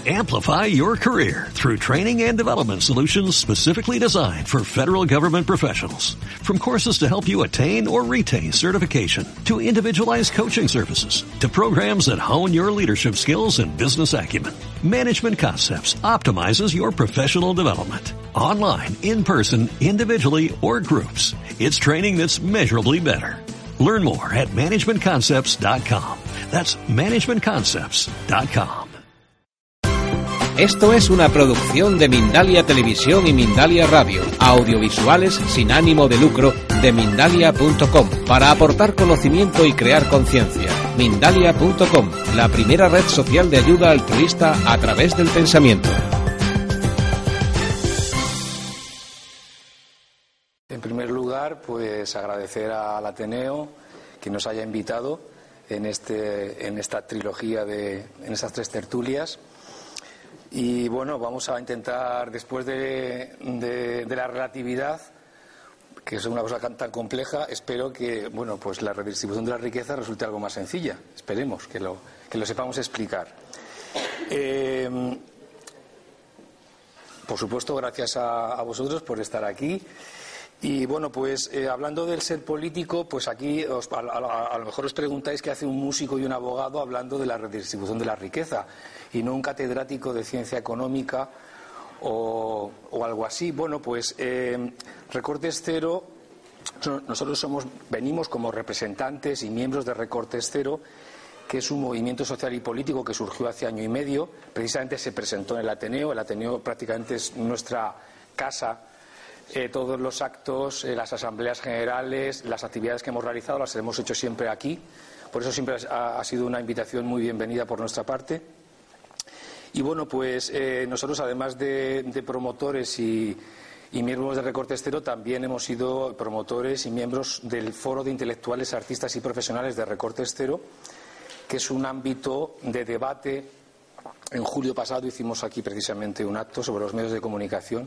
Amplify your career through training and development solutions specifically designed for federal government professionals. From courses to help you attain or retain certification, to individualized coaching services, to programs that hone your leadership skills and business acumen, Management Concepts optimizes your professional development. Online, in person, individually, or groups, it's training that's measurably better. Learn more at managementconcepts.com. That's managementconcepts.com. Esto es una producción de Mindalia Televisión y Mindalia Radio, audiovisuales sin ánimo de lucro de Mindalia.com, para aportar conocimiento y crear conciencia. Mindalia.com, la primera red social de ayuda altruista a través del pensamiento. En primer lugar, pues agradecer al Ateneo que nos haya invitado en esta trilogía en estas 3 tertulias. Y bueno, vamos a intentar, después de la relatividad, que es una cosa tan compleja, espero que pues la redistribución de la riqueza resulte algo más sencilla. Esperemos que lo sepamos explicar. Por supuesto, gracias a vosotros por estar aquí. Y bueno, pues hablando del ser político, pues aquí a lo mejor os preguntáis qué hace un músico y un abogado hablando de la redistribución de la riqueza y no un catedrático de ciencia económica o algo así. Bueno, pues Recortes Cero, nosotros venimos como representantes y miembros de Recortes Cero, que es un movimiento social y político que surgió hace año y medio. Precisamente se presentó en el Ateneo. El Ateneo prácticamente es nuestra casa. Todos los actos, las asambleas generales, las actividades que hemos realizado las hemos hecho siempre aquí. Por eso siempre ha sido una invitación muy bienvenida por nuestra parte. Y bueno, pues nosotros, además de promotores y miembros de Recortes Cero, también hemos sido promotores y miembros del Foro de Intelectuales, Artistas y Profesionales de Recortes Cero, que es un ámbito de debate. En julio pasado hicimos aquí precisamente un acto sobre los medios de comunicación.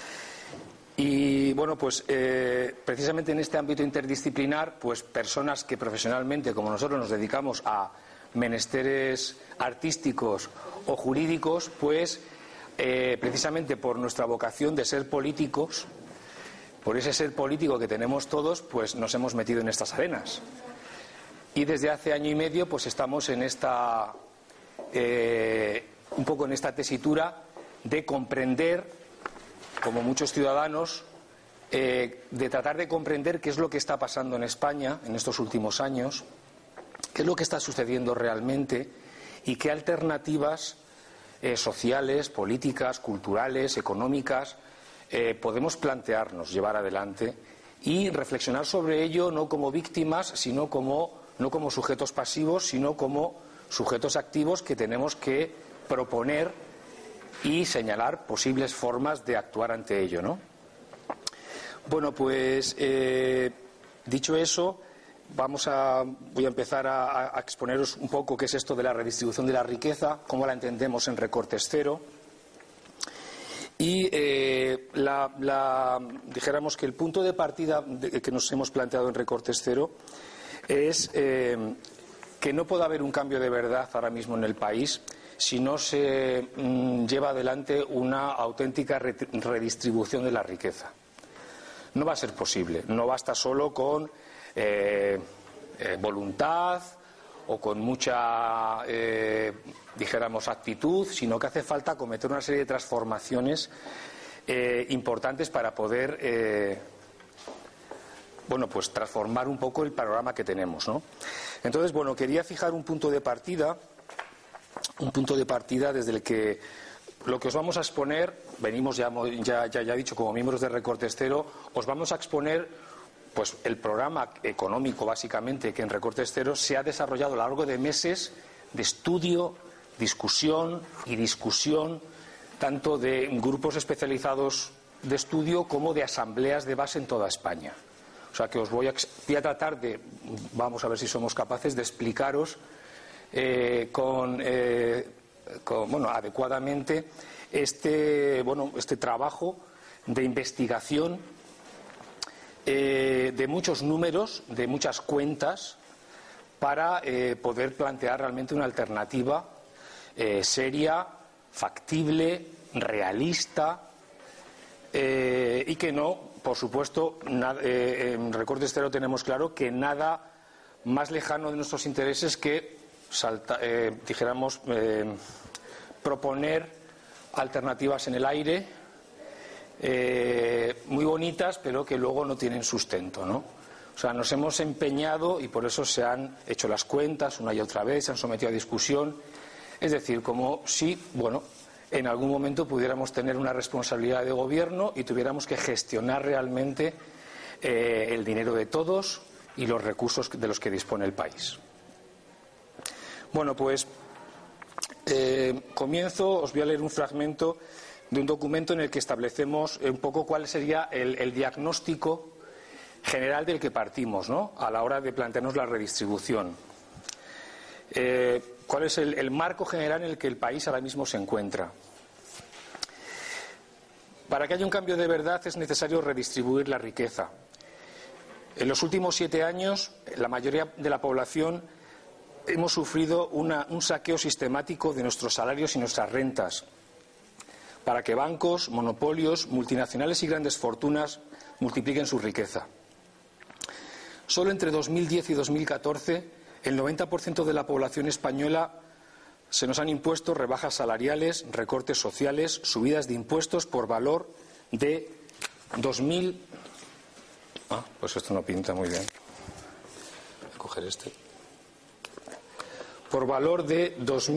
Y bueno, pues precisamente en este ámbito interdisciplinar, pues personas que profesionalmente, como nosotros, nos dedicamos a menesteres artísticos o jurídicos, pues precisamente por nuestra vocación de ser políticos, por ese ser político que tenemos todos, pues nos hemos metido en estas arenas. Y desde hace año y medio, pues estamos en un poco en esta tesitura de comprender, como muchos ciudadanos, de tratar de comprender qué es lo que está pasando en España en estos últimos años, qué es lo que está sucediendo realmente y qué alternativas sociales, políticas, culturales, económicas podemos plantearnos, llevar adelante y reflexionar sobre ello no como víctimas, no como sujetos pasivos, sino como sujetos activos que tenemos que proponer y señalar posibles formas de actuar ante ello, ¿no? Bueno, pues dicho eso, voy a empezar a exponeros un poco qué es esto de la redistribución de la riqueza, cómo la entendemos en Recortes Cero. Y dijéramos que el punto de partida que nos hemos planteado en Recortes Cero es que no puede haber un cambio de verdad ahora mismo en el país si no se lleva adelante una auténtica redistribución de la riqueza. No va a ser posible. No basta solo con voluntad o con mucha, dijéramos, actitud, sino que hace falta cometer una serie de transformaciones importantes para poder, pues transformar un poco el panorama que tenemos, ¿no? Entonces, quería fijar un punto de partida desde el que lo que os vamos a exponer, venimos ya dicho, como miembros de Recortes Cero, os vamos a exponer pues el programa económico básicamente que en Recortes Cero se ha desarrollado a lo largo de meses de estudio, discusión, tanto de grupos especializados de estudio como de asambleas de base en toda España. O sea que voy a tratar de, vamos a ver si somos capaces de explicaros adecuadamente este trabajo de investigación, de muchos números, de muchas cuentas, para poder plantear realmente una alternativa seria, factible, realista, y que no, por supuesto, en Recortes Cero tenemos claro que nada más lejano de nuestros intereses que dijéramos proponer alternativas en el aire muy bonitas, pero que luego no tienen sustento, ¿no? O sea, nos hemos empeñado y por eso se han hecho las cuentas una y otra vez, se han sometido a discusión. Es decir, como si, bueno, en algún momento pudiéramos tener una responsabilidad de gobierno y tuviéramos que gestionar realmente el dinero de todos y los recursos de los que dispone el país. Bueno, pues os voy a leer un fragmento de un documento en el que establecemos un poco cuál sería el diagnóstico general del que partimos, ¿no?, a la hora de plantearnos la redistribución. ¿Cuál es el marco general en el que el país ahora mismo se encuentra? Para que haya un cambio de verdad es necesario redistribuir la riqueza. En los últimos 7 años, la mayoría de la población hemos sufrido un saqueo sistemático de nuestros salarios y nuestras rentas, para que bancos, monopolios, multinacionales y grandes fortunas multipliquen su riqueza. Solo entre 2010 y 2014, el 90% de la población española se nos han impuesto rebajas salariales, recortes sociales, subidas de impuestos por valor de 2.000... pues esto no pinta muy bien. Voy a coger este. Por valor de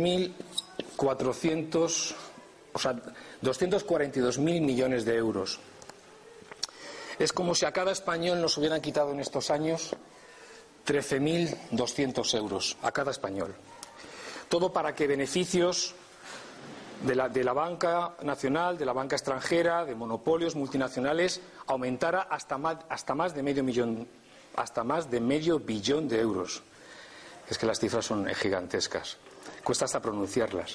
2.400... O sea, 242.000 millones de euros. Es como si a cada español nos hubieran quitado en estos años 13.200 euros a cada español. Todo para que beneficios de la banca nacional, de la banca extranjera, de monopolios multinacionales aumentara hasta más de medio billón de euros. Es que las cifras son gigantescas. Cuesta hasta pronunciarlas.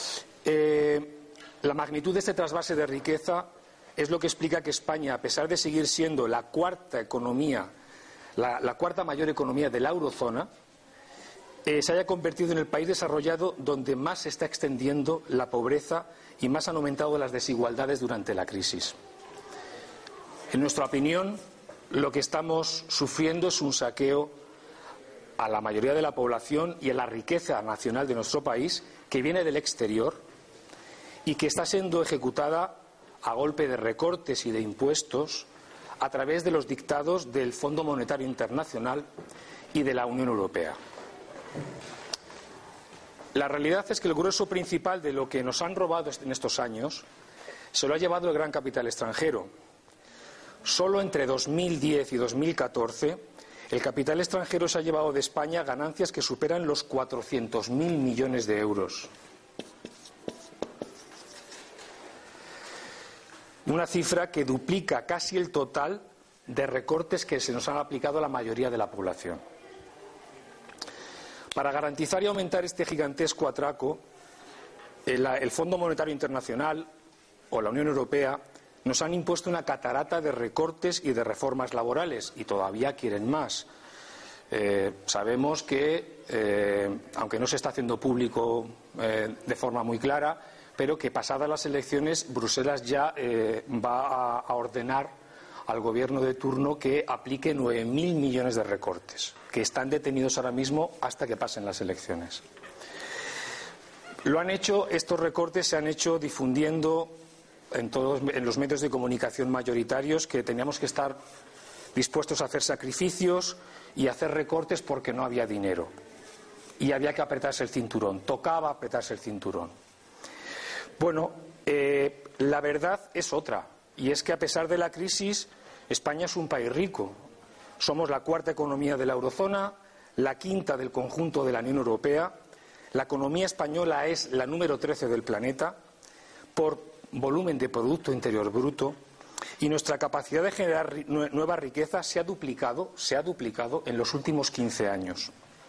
La magnitud de este trasvase de riqueza es lo que explica que España, a pesar de seguir siendo la cuarta economía, la cuarta mayor economía de la eurozona, se haya convertido en el país desarrollado donde más se está extendiendo la pobreza y más han aumentado las desigualdades durante la crisis. En nuestra opinión, lo que estamos sufriendo es un saqueo a la mayoría de la población y a la riqueza nacional de nuestro país, que viene del exterior y que está siendo ejecutada a golpe de recortes y de impuestos a través de los dictados del Fondo Monetario Internacional y de la Unión Europea. La realidad es que el grueso principal de lo que nos han robado en estos años se lo ha llevado el gran capital extranjero. Solo entre 2010 y 2014 el capital extranjero se ha llevado de España ganancias que superan los 400.000 millones de euros. Una cifra que duplica casi el total de recortes que se nos han aplicado a la mayoría de la población. Para garantizar y aumentar este gigantesco atraco, el Fondo Monetario Internacional o la Unión Europea nos han impuesto una catarata de recortes y de reformas laborales y todavía quieren más. Sabemos que, aunque no se está haciendo público de forma muy clara, pero que pasadas las elecciones Bruselas ya va a ordenar al gobierno de turno que aplique 9.000 millones de recortes, que están detenidos ahora mismo hasta que pasen las elecciones. Estos recortes se han hecho difundiendo en los medios de comunicación mayoritarios que teníamos que estar dispuestos a hacer sacrificios y a hacer recortes porque no había dinero. Y había que apretarse el cinturón, tocaba apretarse el cinturón. Bueno, la verdad es otra, y es que a pesar de la crisis, España es un país rico. Somos la cuarta economía de la eurozona, la quinta del conjunto de la Unión Europea. La economía española es la número 13 del planeta por volumen de Producto Interior Bruto, y nuestra capacidad de generar nueva riqueza se ha duplicado en los últimos 15 años.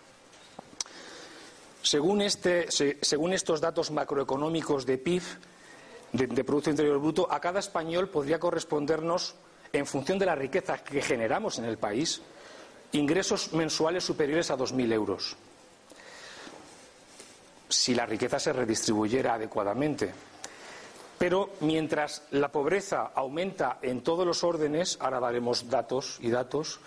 Según estos datos macroeconómicos de PIB, de Producto Interior Bruto, a cada español podría correspondernos, en función de la riqueza que generamos en el país, ingresos mensuales superiores a 2.000 euros. si la riqueza se redistribuyera adecuadamente. Pero mientras la pobreza aumenta en todos los órdenes, ahora daremos datos y datos,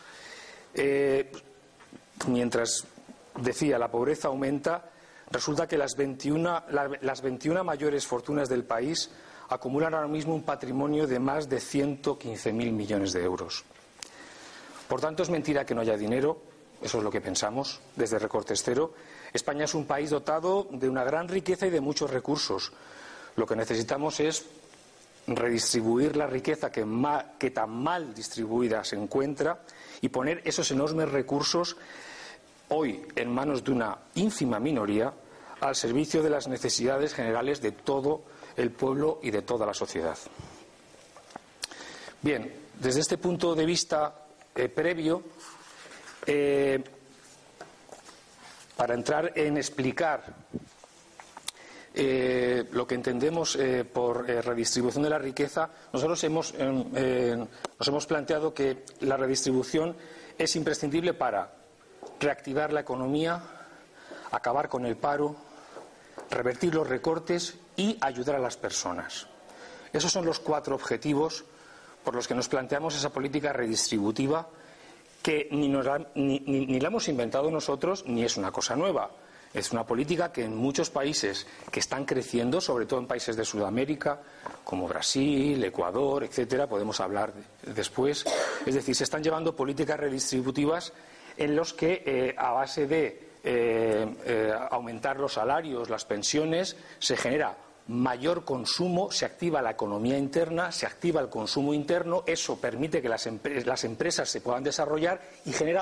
mientras, decía, la pobreza aumenta, resulta que las 21 mayores fortunas del país acumulan ahora mismo un patrimonio de más de 115.000 millones de euros. Por tanto, es mentira que no haya dinero, eso es lo que pensamos desde Recortes Cero. España es un país dotado de una gran riqueza y de muchos recursos. Lo que necesitamos es redistribuir la riqueza que tan mal distribuida se encuentra y poner esos enormes recursos hoy en manos de una ínfima minoría al servicio de las necesidades generales de todo el pueblo y de toda la sociedad. Bien, desde este punto de vista previo, para entrar en explicar lo que entendemos por redistribución de la riqueza, nosotros nos hemos planteado que la redistribución es imprescindible para reactivar la economía, acabar con el paro, revertir los recortes y ayudar a las personas. Esos son los 4 objetivos por los que nos planteamos esa política redistributiva que ni la hemos inventado nosotros ni es una cosa nueva. Es una política que en muchos países que están creciendo, sobre todo en países de Sudamérica, como Brasil, Ecuador, etcétera, podemos hablar después. Es decir, se están llevando políticas redistributivas en los que a base de aumentar los salarios, las pensiones, se genera mayor consumo, se activa la economía interna, se activa el consumo interno, eso permite que las empresas se puedan desarrollar y genera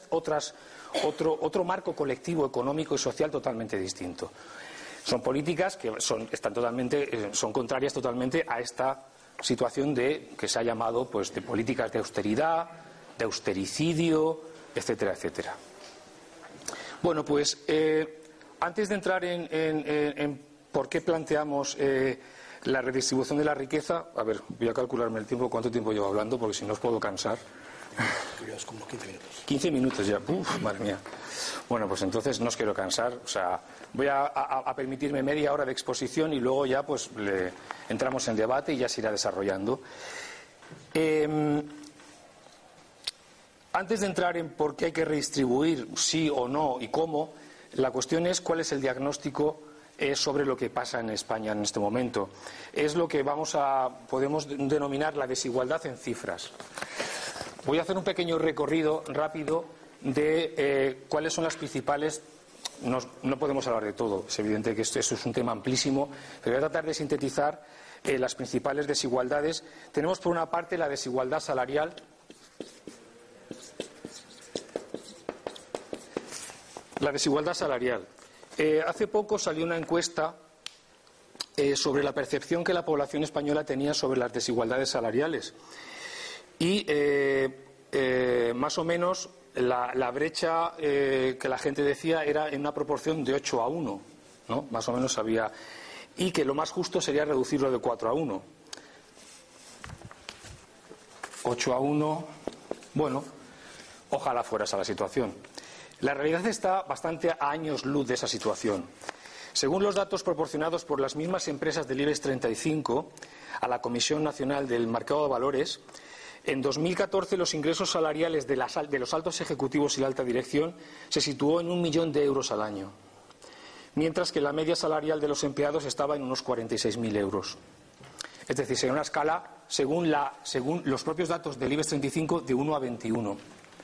otro marco colectivo, económico y social totalmente distinto. Son políticas que son contrarias totalmente a esta situación que se ha llamado pues de políticas de austeridad, de austericidio, etcétera, etcétera. Bueno, pues antes de entrar en por qué planteamos la redistribución de la riqueza, a ver, voy a calcularme el tiempo, cuánto tiempo llevo hablando, porque si no os puedo cansar. Es como 15 minutos. 15 minutos ya, madre mía. Bueno, pues entonces no os quiero cansar, o sea, voy a permitirme media hora de exposición y luego ya pues entramos en debate y ya se irá desarrollando. Antes de entrar en por qué hay que redistribuir, sí o no y cómo, la cuestión es cuál es el diagnóstico sobre lo que pasa en España en este momento. Es lo que podemos denominar la desigualdad en cifras. Voy a hacer un pequeño recorrido rápido de cuáles son las principales. No podemos hablar de todo, es evidente que eso es un tema amplísimo, pero voy a tratar de sintetizar las principales desigualdades. Tenemos por una parte la desigualdad salarial. La desigualdad salarial. Hace poco salió una encuesta sobre la percepción que la población española tenía sobre las desigualdades salariales. Y más o menos la brecha que la gente decía era en una proporción de 8-1, ¿no? Más o menos había. Y que lo más justo sería reducirlo de 4-1. 8-1, bueno, ojalá fuera esa la situación. La realidad está bastante a años luz de esa situación. Según los datos proporcionados por las mismas empresas del IBEX 35 a la Comisión Nacional del Mercado de Valores, en 2014 los ingresos salariales de los altos ejecutivos y la alta dirección se situó en 1 millón de euros al año, mientras que la media salarial de los empleados estaba en unos 46.000 euros. Es decir, sería una escala, según los propios datos del IBEX 35, de 1 a 21.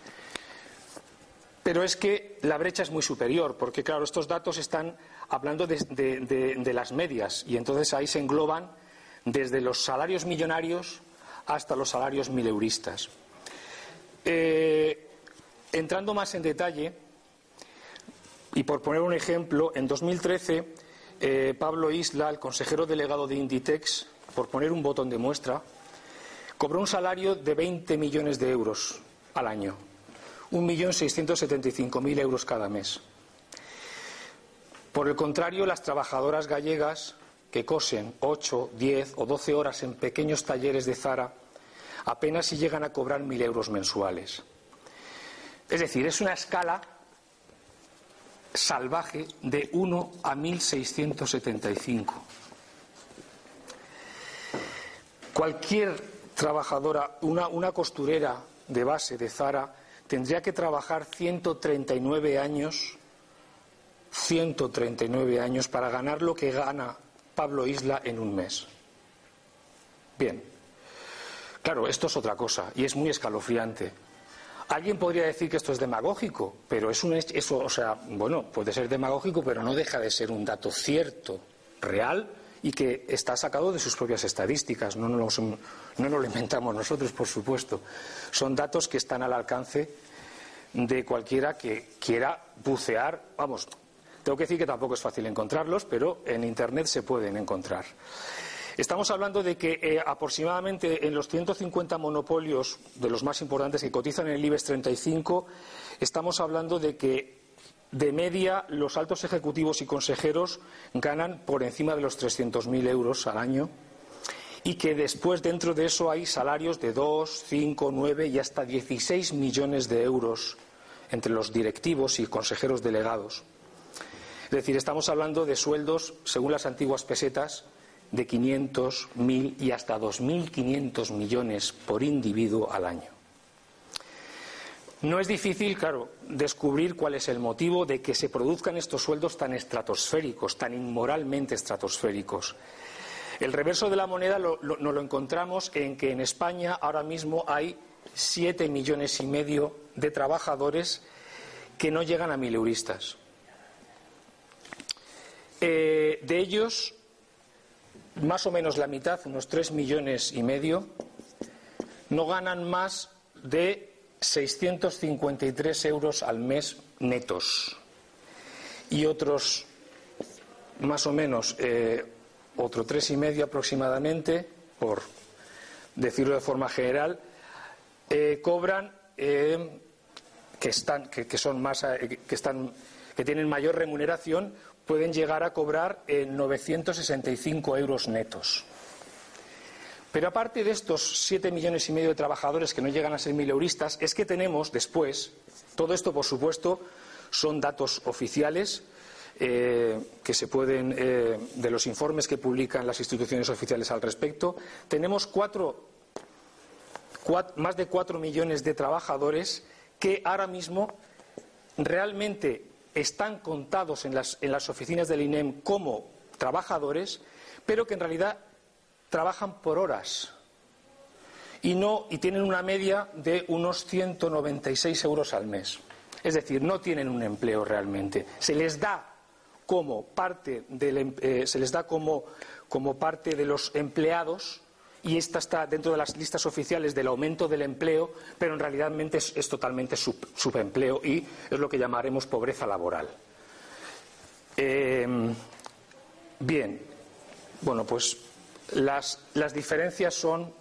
Pero es que la brecha es muy superior, porque claro, estos datos están hablando de las medias, y entonces ahí se engloban desde los salarios millonarios hasta los salarios mileuristas. Entrando más en detalle, y por poner un ejemplo, en 2013 Pablo Isla, el consejero delegado de Inditex, por poner un botón de muestra, cobró un salario de 20 millones de euros al año. 1.675.000 euros cada mes. Por el contrario, las trabajadoras gallegas que cosen 8, 10 o 12 horas en pequeños talleres de Zara apenas si llegan a cobrar 1.000 euros mensuales. Es decir, es una escala salvaje de 1 a 1.675. Cualquier trabajadora, una costurera de base de Zara, tendría que trabajar 139 años para ganar lo que gana Pablo Isla en un mes. Bien, claro, esto es otra cosa y es muy escalofriante. Alguien podría decir que esto es demagógico, pero puede ser demagógico, pero no deja de ser un dato cierto, real, y que está sacado de sus propias estadísticas. No nos lo inventamos nosotros, por supuesto. Son datos que están al alcance de cualquiera que quiera bucear. Vamos, tengo que decir que tampoco es fácil encontrarlos, pero en Internet se pueden encontrar. Estamos hablando de que aproximadamente en los 150 monopolios de los más importantes que cotizan en el IBEX 35, estamos hablando de que de media los altos ejecutivos y consejeros ganan por encima de los 300.000 euros al año, y que después dentro de eso hay salarios de 2, 5, 9 y hasta 16 millones de euros entre los directivos y consejeros delegados. Es decir, estamos hablando de sueldos, según las antiguas pesetas, de 500, 1.000 y hasta 2.500 millones por individuo al año. No es difícil, claro, descubrir cuál es el motivo de que se produzcan estos sueldos tan estratosféricos, tan inmoralmente estratosféricos. El reverso de la moneda nos lo encontramos en que en España ahora mismo hay 7,5 millones de trabajadores que no llegan a 1.000 euristas. De ellos, más o menos la mitad, unos 3,5 millones, no ganan más de 653 euros al mes netos. Y otros, más o menos, otro 3,5 aproximadamente, por decirlo de forma general, cobran que tienen mayor remuneración, pueden llegar a cobrar 965 euros netos. Pero aparte de estos 7,5 millones de trabajadores que no llegan a ser 1.000 euristas, es que tenemos después, todo esto por supuesto son datos oficiales que se pueden, de los informes que publican las instituciones oficiales al respecto, tenemos más de 4 millones de trabajadores que ahora mismo realmente están contados en las oficinas del INEM como trabajadores, pero que en realidad trabajan por horas y tienen una media de unos 196 euros al mes. Es decir, no tienen un empleo realmente. Se les da como parte de los empleados, y esta está dentro de las listas oficiales del aumento del empleo, pero en realidad es totalmente subempleo y es lo que llamaremos pobreza laboral. Bien, bueno, pues las diferencias son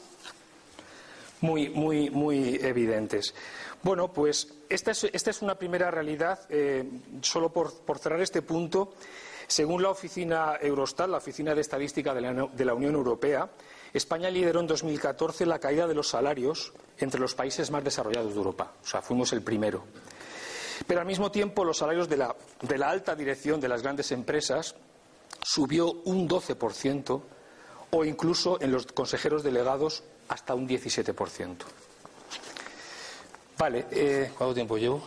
muy evidentes. Bueno, pues esta es una primera realidad. Solo por cerrar este punto, según la oficina Eurostat, la Oficina de Estadística de la Unión Europea, España lideró en 2014 la caída de los salarios entre los países más desarrollados de Europa. O sea, fuimos el primero. Pero al mismo tiempo los salarios de la alta dirección de las grandes empresas subió un 12%, o incluso en los consejeros delegados hasta un 17%. Vale, ¿cuánto tiempo llevo?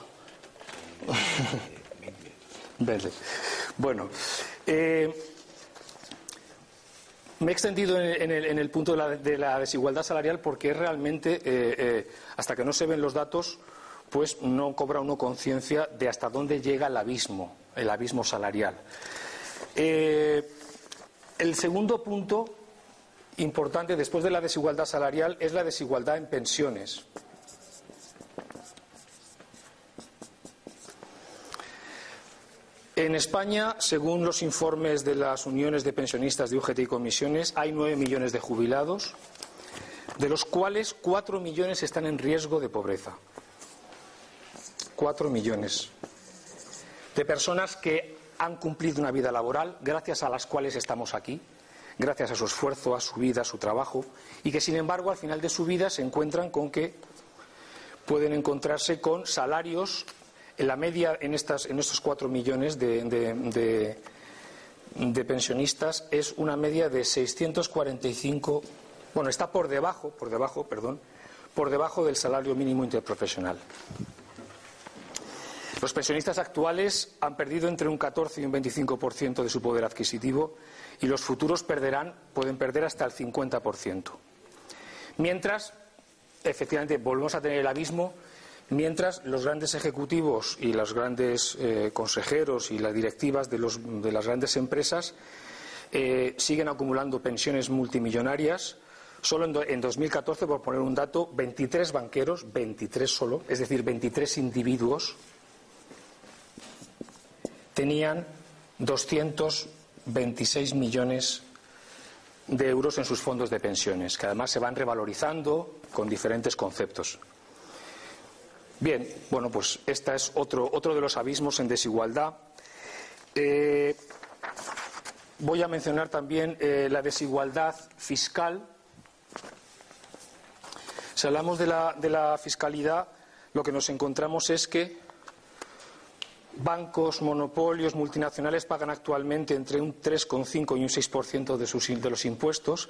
20. Bueno, me he extendido en el punto de la desigualdad salarial porque es realmente, hasta que no se ven los datos, pues no cobra uno conciencia de hasta dónde llega el abismo salarial. El segundo punto importante después de la desigualdad salarial es la desigualdad en pensiones. En España, según los informes de las uniones de pensionistas de UGT y comisiones, hay 9 millones de jubilados, de los cuales 4 millones están en riesgo de pobreza. 4 millones de personas que han cumplido una vida laboral, gracias a las cuales estamos aquí, gracias a su esfuerzo, a su vida, a su trabajo, y que sin embargo al final de su vida se encuentran con que pueden encontrarse con salarios la media en estos 4 millones de pensionistas es una media de 645, bueno, está por debajo del salario mínimo interprofesional. Los pensionistas actuales han perdido entre un 14 y un 25% de su poder adquisitivo y los futuros pueden perder hasta el 50%. Mientras, efectivamente, volvemos a tener el abismo, mientras los grandes ejecutivos y los grandes consejeros y las directivas de las grandes empresas siguen acumulando pensiones multimillonarias. Solo en 2014, por poner un dato, 23 banqueros, 23 solo, es decir, 23 individuos, tenían 226 millones de euros en sus fondos de pensiones, que además se van revalorizando con diferentes conceptos. Bien, bueno, pues este es otro de los abismos en desigualdad. Voy a mencionar también la desigualdad fiscal. Si hablamos de la fiscalidad, lo que nos encontramos es que bancos, monopolios, multinacionales pagan actualmente entre un 3,5 y un 6% de los impuestos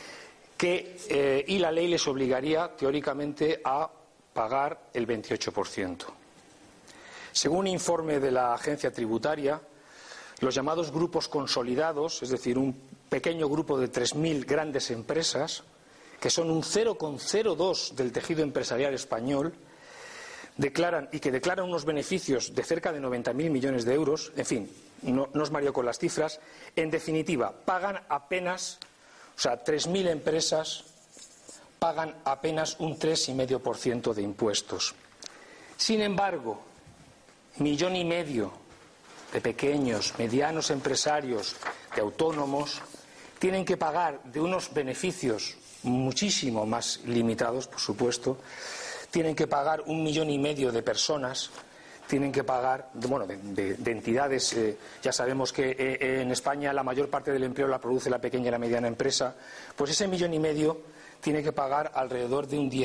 y la ley les obligaría teóricamente a pagar el 28%. Según un informe de la agencia tributaria, los llamados grupos consolidados, es decir, un pequeño grupo de 3.000 grandes empresas, que son un 0,02 del tejido empresarial español, declaran unos beneficios de cerca de 90.000 millones de euros. En fin, no os mareo con las cifras. En definitiva, pagan apenas, 3.000 empresas pagan apenas un 3,5% de impuestos. Sin embargo, 1,5 millones de pequeños, medianos empresarios, de autónomos, tienen que pagar de unos beneficios muchísimo más limitados, por supuesto. Tienen que pagar 1,5 millones de personas, tienen que pagar, de entidades. Ya sabemos que en España la mayor parte del empleo la produce la pequeña y la mediana empresa. Pues ese 1,5 millones tiene que pagar alrededor de un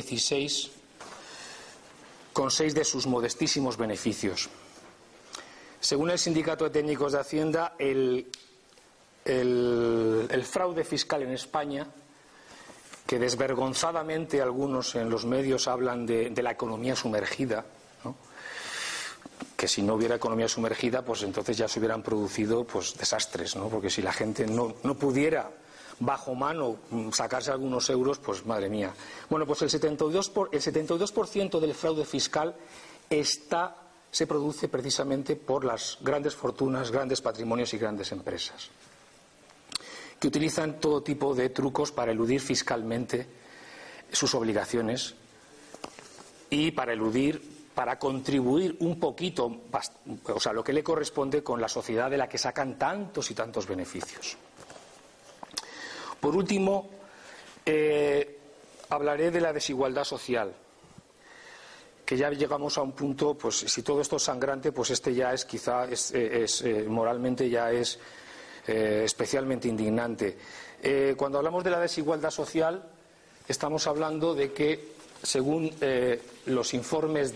16,6% de sus modestísimos beneficios. Según el Sindicato de Técnicos de Hacienda, el fraude fiscal en España, que desvergonzadamente algunos en los medios hablan de la economía sumergida, ¿no? Que si no hubiera economía sumergida, pues entonces ya se hubieran producido desastres, ¿no? Porque si la gente no pudiera bajo mano sacarse algunos euros, pues madre mía. Bueno, pues el 72% del fraude fiscal se produce precisamente por las grandes fortunas, grandes patrimonios y grandes empresas, que utilizan todo tipo de trucos para eludir fiscalmente sus obligaciones y para contribuir un poquito, lo que le corresponde con la sociedad de la que sacan tantos y tantos beneficios. Por último, hablaré de la desigualdad social, que ya llegamos a un punto, pues si todo esto es sangrante, pues este ya es moralmente ya es especialmente indignante. Cuando hablamos de la desigualdad social, estamos hablando de que, según los informes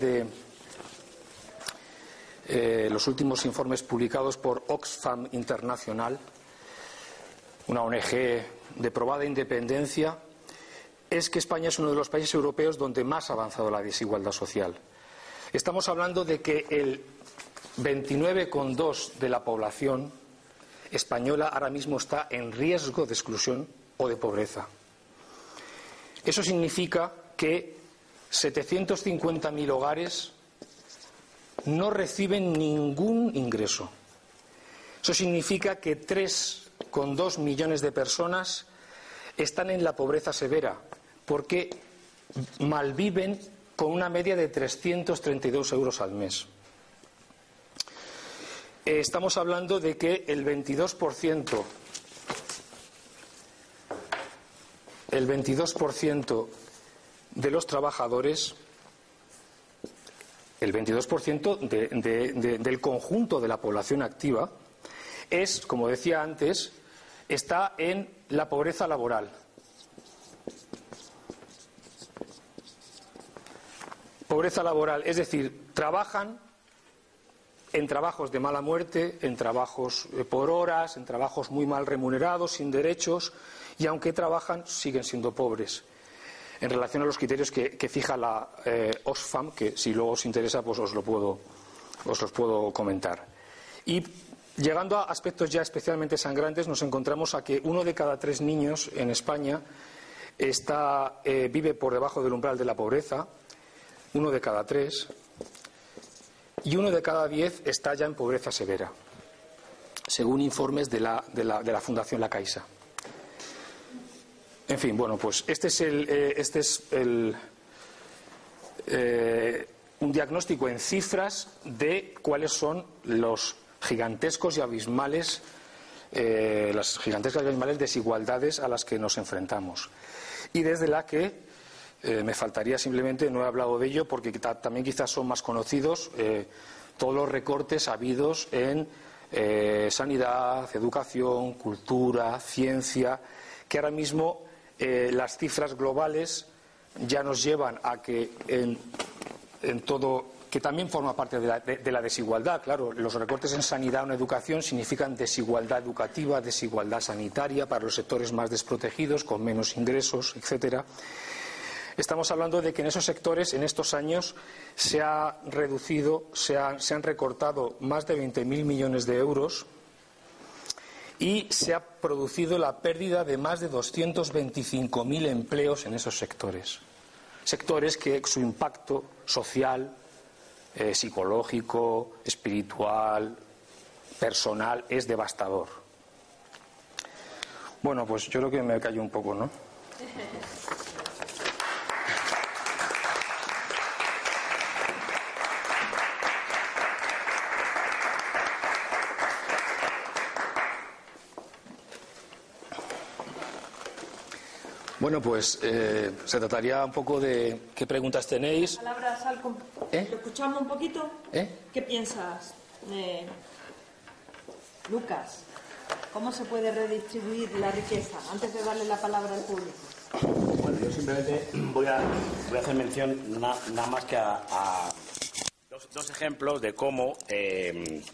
los últimos informes publicados por Oxfam International, una ONG de probada independencia, es que España es uno de los países europeos donde más ha avanzado la desigualdad social. Estamos hablando de que el 29,2% de la población española ahora mismo está en riesgo de exclusión o de pobreza. Eso significa que 750.000 hogares no reciben ningún ingreso. Eso significa que 3,2 millones de personas están en la pobreza severa porque malviven con una media de 332 euros al mes. Estamos hablando de que el 22% de los trabajadores, el 22% del conjunto de la población activa, como decía antes, está en la pobreza laboral. Pobreza laboral, es decir, trabajan en trabajos de mala muerte, en trabajos por horas, en trabajos muy mal remunerados, sin derechos, y aunque trabajan siguen siendo pobres. En relación a los criterios que fija la Oxfam, que si luego os interesa pues os los puedo comentar. Y llegando a aspectos ya especialmente sangrantes, nos encontramos a que 1 de cada 3 niños en España vive por debajo del umbral de la pobreza, 1 de cada 3, y 1 de cada 10 está ya en pobreza severa, según informes de la Fundación La Caixa. En fin, bueno, pues este es un diagnóstico en cifras de cuáles son los gigantescos y abismales desigualdades a las que nos enfrentamos. Y desde la que me faltaría simplemente, no he hablado de ello porque también quizás son más conocidos, todos los recortes habidos en sanidad, educación, cultura, ciencia, que ahora mismo las cifras globales ya nos llevan a que en todo, que también forma parte de la desigualdad. Claro, los recortes en sanidad o en educación significan desigualdad educativa, desigualdad sanitaria para los sectores más desprotegidos, con menos ingresos, etcétera. Estamos hablando de que en esos sectores, en estos años, se han recortado más de 20.000 millones de euros y se ha producido la pérdida de más de 225.000 empleos en esos sectores. Sectores que su impacto social, psicológico, espiritual, personal, es devastador. Bueno, pues yo creo que me callo un poco, ¿no? Bueno, pues se trataría un poco de qué preguntas tenéis. Palabras ¿Lo escuchamos un poquito? ¿Qué piensas, Lucas? ¿Cómo se puede redistribuir la riqueza? Antes de darle la palabra al público. Bueno, yo simplemente voy a hacer mención nada más que a dos ejemplos de cómo en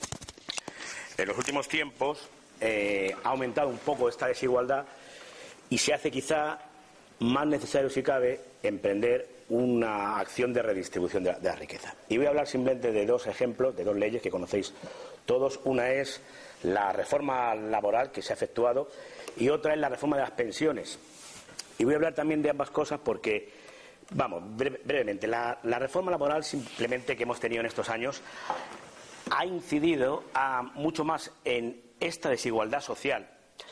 los últimos tiempos ha aumentado un poco esta desigualdad y se hace quizá más necesario, si cabe, emprender una acción de redistribución de la riqueza. Y voy a hablar simplemente de 2 ejemplos, de 2 leyes que conocéis todos. Una es la reforma laboral que se ha efectuado y otra es la reforma de las pensiones. Y voy a hablar también de ambas cosas porque, vamos, brevemente, la reforma laboral simplemente que hemos tenido en estos años ha incidido mucho más en esta desigualdad social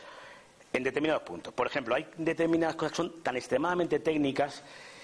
en determinados puntos. Por ejemplo, hay determinadas cosas que son tan extremadamente técnicas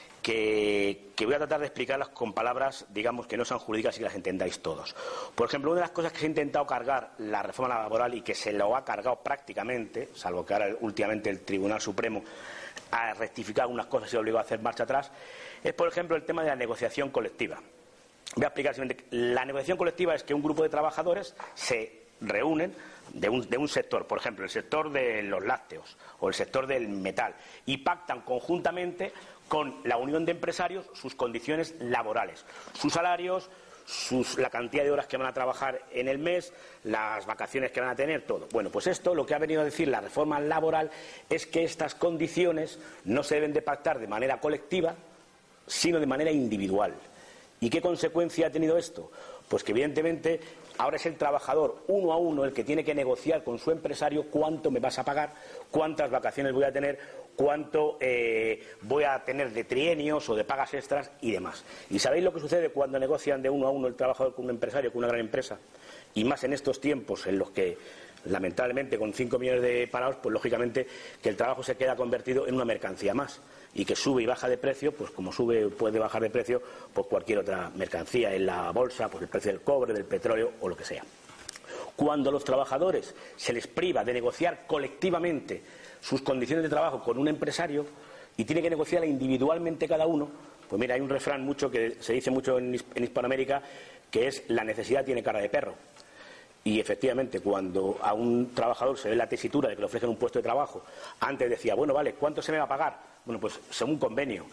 que voy a tratar de explicarlas con palabras, digamos, que no sean jurídicas y que las entendáis todos. Por ejemplo, una de las cosas que se ha intentado cargar la reforma laboral y que se lo ha cargado prácticamente, salvo que ahora últimamente el Tribunal Supremo ha rectificado algunas cosas y se obligó a hacer marcha atrás, es, por ejemplo, el tema de la negociación colectiva. Voy a explicar simplemente. La negociación colectiva es que un grupo de trabajadores se reúnen de un sector, por ejemplo, el sector de los lácteos o el sector del metal, y pactan conjuntamente con la unión de empresarios sus condiciones laborales, sus salarios, la cantidad de horas que van a trabajar en el mes, las vacaciones que van a tener, todo. Bueno, pues esto, lo que ha venido a decir la reforma laboral es que estas condiciones no se deben de pactar de manera colectiva, sino de manera individual. ¿Y qué consecuencia ha tenido esto? Pues que evidentemente ahora es el trabajador uno a uno el que tiene que negociar con su empresario cuánto me vas a pagar, cuántas vacaciones voy a tener, cuánto voy a tener de trienios o de pagas extras y demás. ¿Y sabéis lo que sucede cuando negocian de uno a uno el trabajador con un empresario, con una gran empresa? Y más en estos tiempos en los que, lamentablemente, con 5 millones de parados, pues lógicamente que el trabajo se queda convertido en una mercancía más. Y que sube y baja de precio, pues como sube puede bajar de precio pues cualquier otra mercancía en la bolsa, pues el precio del cobre, del petróleo o lo que sea. Cuando a los trabajadores se les priva de negociar colectivamente sus condiciones de trabajo con un empresario y tiene que negociarla individualmente cada uno, pues mira, hay un refrán mucho que se dice mucho en Hispanoamérica, que es: la necesidad tiene cara de perro. Y efectivamente, cuando a un trabajador se ve la tesitura de que le ofrecen un puesto de trabajo, antes decía, bueno, vale, ¿cuánto se me va a pagar? Bueno, pues según convenio.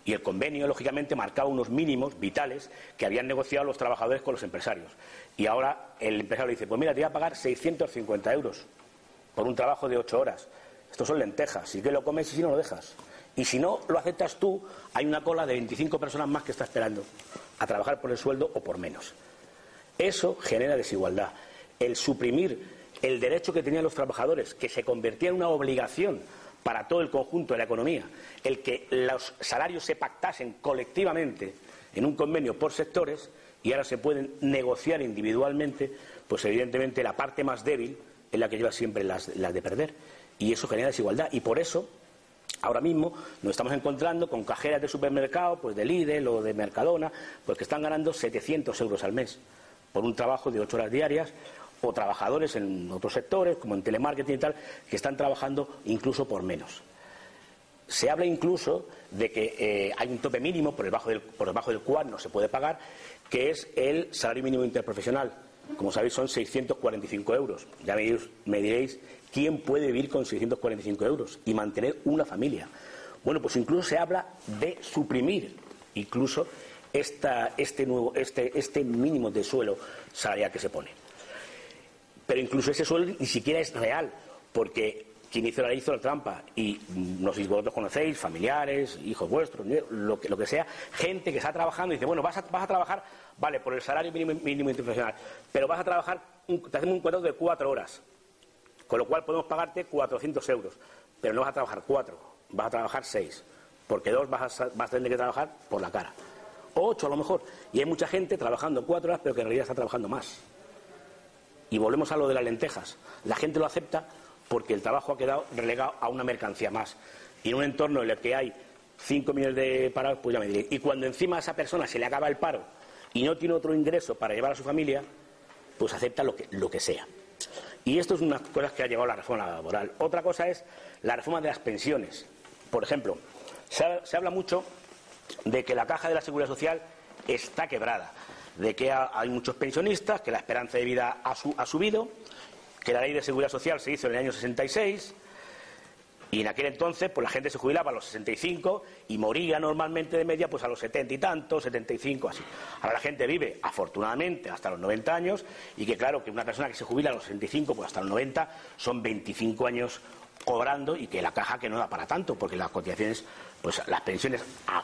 Y el convenio, lógicamente, marcaba unos mínimos vitales que habían negociado los trabajadores con los empresarios. Y ahora el empresario dice, pues mira, te voy a pagar 650 euros por un trabajo de 8 horas. Estos son lentejas, si que lo comes y si no lo dejas. Y si no lo aceptas tú, hay una cola de 25 personas más que está esperando a trabajar por el sueldo o por menos. Eso genera desigualdad. El suprimir el derecho que tenían los trabajadores, que se convertía en una obligación para todo el conjunto de la economía, el que los salarios se pactasen colectivamente en un convenio por sectores y ahora se pueden negociar individualmente, pues evidentemente la parte más débil es la que lleva siempre las de perder. Y eso genera desigualdad. Y por eso, ahora mismo, nos estamos encontrando con cajeras de supermercado, pues de Lidl o de Mercadona, pues que están ganando 700 euros al mes por un trabajo de 8 horas diarias, o trabajadores en otros sectores, como en telemarketing y tal, que están trabajando incluso por menos. Se habla incluso de que hay un tope mínimo por debajo del cual no se puede pagar, que es el salario mínimo interprofesional. Como sabéis, son 645 euros. Ya me diréis, ¿quién puede vivir con 645 euros y mantener una familia? Bueno, pues incluso se habla de suprimir incluso este mínimo de suelo salarial que se pone. Pero incluso ese sueldo ni siquiera es real, porque quien hizo la ley hizo la trampa. Y no sé si vosotros conocéis, familiares, hijos vuestros, lo que sea, gente que está trabajando y dice, bueno, vas a trabajar, vale, por el salario mínimo internacional, pero vas a trabajar, te hacemos un contrato de 4 horas, con lo cual podemos pagarte 400 euros, pero no vas a trabajar 4, vas a trabajar 6, porque 2 vas a tener que trabajar por la cara, o 8 a lo mejor. Y hay mucha gente trabajando 4 horas, pero que en realidad está trabajando más. Y volvemos a lo de las lentejas. La gente lo acepta porque el trabajo ha quedado relegado a una mercancía más. Y en un entorno en el que hay 5 millones de parados, pues ya me diréis. Y cuando encima a esa persona se le acaba el paro y no tiene otro ingreso para llevar a su familia, pues acepta lo que sea. Y esto es una cosa que ha llevado la reforma laboral. Otra cosa es la reforma de las pensiones. Por ejemplo, se habla mucho de que la caja de la Seguridad Social está quebrada, de que hay muchos pensionistas, que la esperanza de vida ha subido, que la ley de seguridad social se hizo en el año 66 y en aquel entonces pues la gente se jubilaba a los 65 y moría normalmente de media pues a los 70 y tantos, 75, así. Ahora la gente vive afortunadamente hasta los 90 años y que claro, que una persona que se jubila a los 65 pues hasta los 90 son 25 años cobrando y que la caja que no da para tanto porque las cotizaciones, pues las pensiones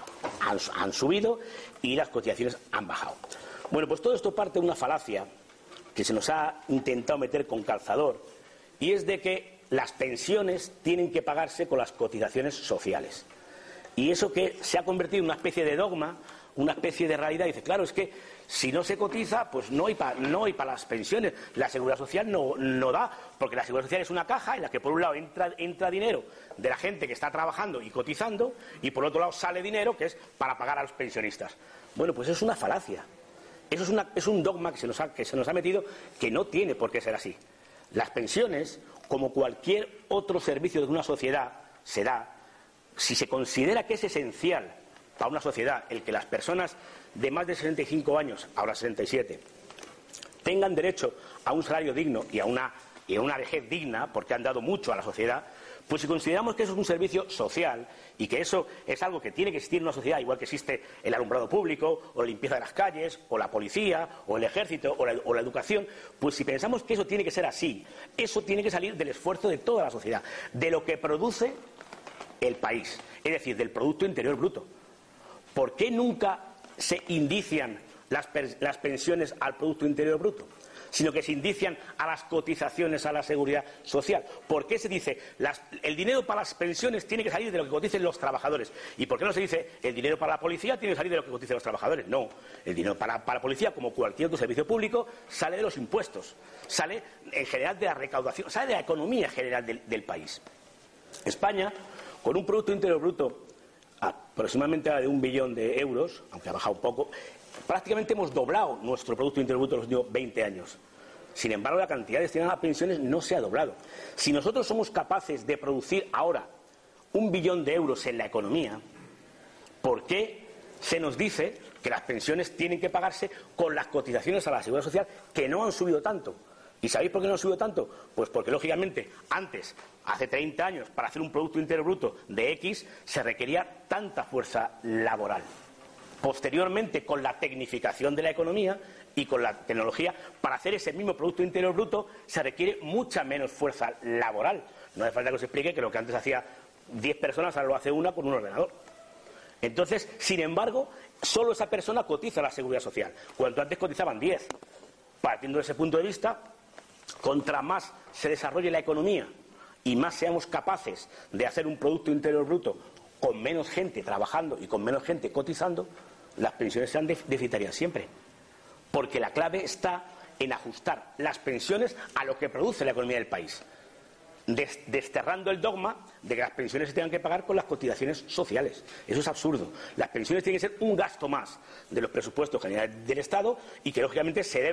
han subido y las cotizaciones han bajado. Bueno, pues todo esto parte de una falacia que se nos ha intentado meter con calzador, y es de que las pensiones tienen que pagarse con las cotizaciones sociales. Y eso que se ha convertido en una especie de dogma, una especie de realidad, y dice, claro, es que si no se cotiza, pues no hay para las pensiones. La Seguridad Social no da, porque la Seguridad Social es una caja en la que por un lado entra dinero de la gente que está trabajando y cotizando, y por otro lado sale dinero que es para pagar a los pensionistas. Bueno, pues es una falacia. Eso es un dogma que se nos ha metido, que no tiene por qué ser así. Las pensiones, como cualquier otro servicio de una sociedad, se da si se considera que es esencial para una sociedad el que las personas de más de 65 años, ahora 67, tengan derecho a un salario digno y a una vejez digna, porque han dado mucho a la sociedad. Pues si consideramos que eso es un servicio social y que eso es algo que tiene que existir en una sociedad, igual que existe el alumbrado público, o la limpieza de las calles, o la policía, o el ejército, o la educación, pues si pensamos que eso tiene que ser así, eso tiene que salir del esfuerzo de toda la sociedad, de lo que produce el país, es decir, del Producto Interior Bruto. ¿Por qué nunca se indician las pensiones al Producto Interior Bruto, sino que se indician a las cotizaciones a la Seguridad Social? ¿Por qué se dice el dinero para las pensiones tiene que salir de lo que coticen los trabajadores? ¿Y por qué no se dice el dinero para la policía tiene que salir de lo que coticen los trabajadores? No, el dinero para la policía, como cualquier otro servicio público, sale de los impuestos, sale en general de la recaudación, sale de la economía general del país. España, con un Producto Interior Bruto aproximadamente de 1 billón de euros, aunque ha bajado un poco, prácticamente hemos doblado nuestro Producto Interior Bruto en los últimos 20 años. Sin embargo, la cantidad destinada a pensiones no se ha doblado. Si nosotros somos capaces de producir ahora 1 billón de euros en la economía, ¿por qué se nos dice que las pensiones tienen que pagarse con las cotizaciones a la Seguridad Social, que no han subido tanto? ¿Y sabéis por qué no ha subido tanto? Pues porque, lógicamente, antes, hace 30 años, para hacer un Producto Interior Bruto de X, se requería tanta fuerza laboral. Posteriormente, con la tecnificación de la economía y con la tecnología, para hacer ese mismo Producto Interior Bruto se requiere mucha menos fuerza laboral. No hace falta que os explique que lo que antes hacía 10 personas, ahora lo hace una con un ordenador. Entonces, sin embargo, solo esa persona cotiza a la Seguridad Social, cuando antes cotizaban 10. Partiendo de ese punto de vista, contra más se desarrolle la economía y más seamos capaces de hacer un Producto Interior Bruto con menos gente trabajando y con menos gente cotizando, las pensiones serán deficitarias siempre. Porque la clave está en ajustar las pensiones a lo que produce la economía del país, desterrando el dogma de que las pensiones se tengan que pagar con las cotizaciones sociales. Eso es absurdo. Las pensiones tienen que ser un gasto más de los presupuestos generales del Estado y que lógicamente se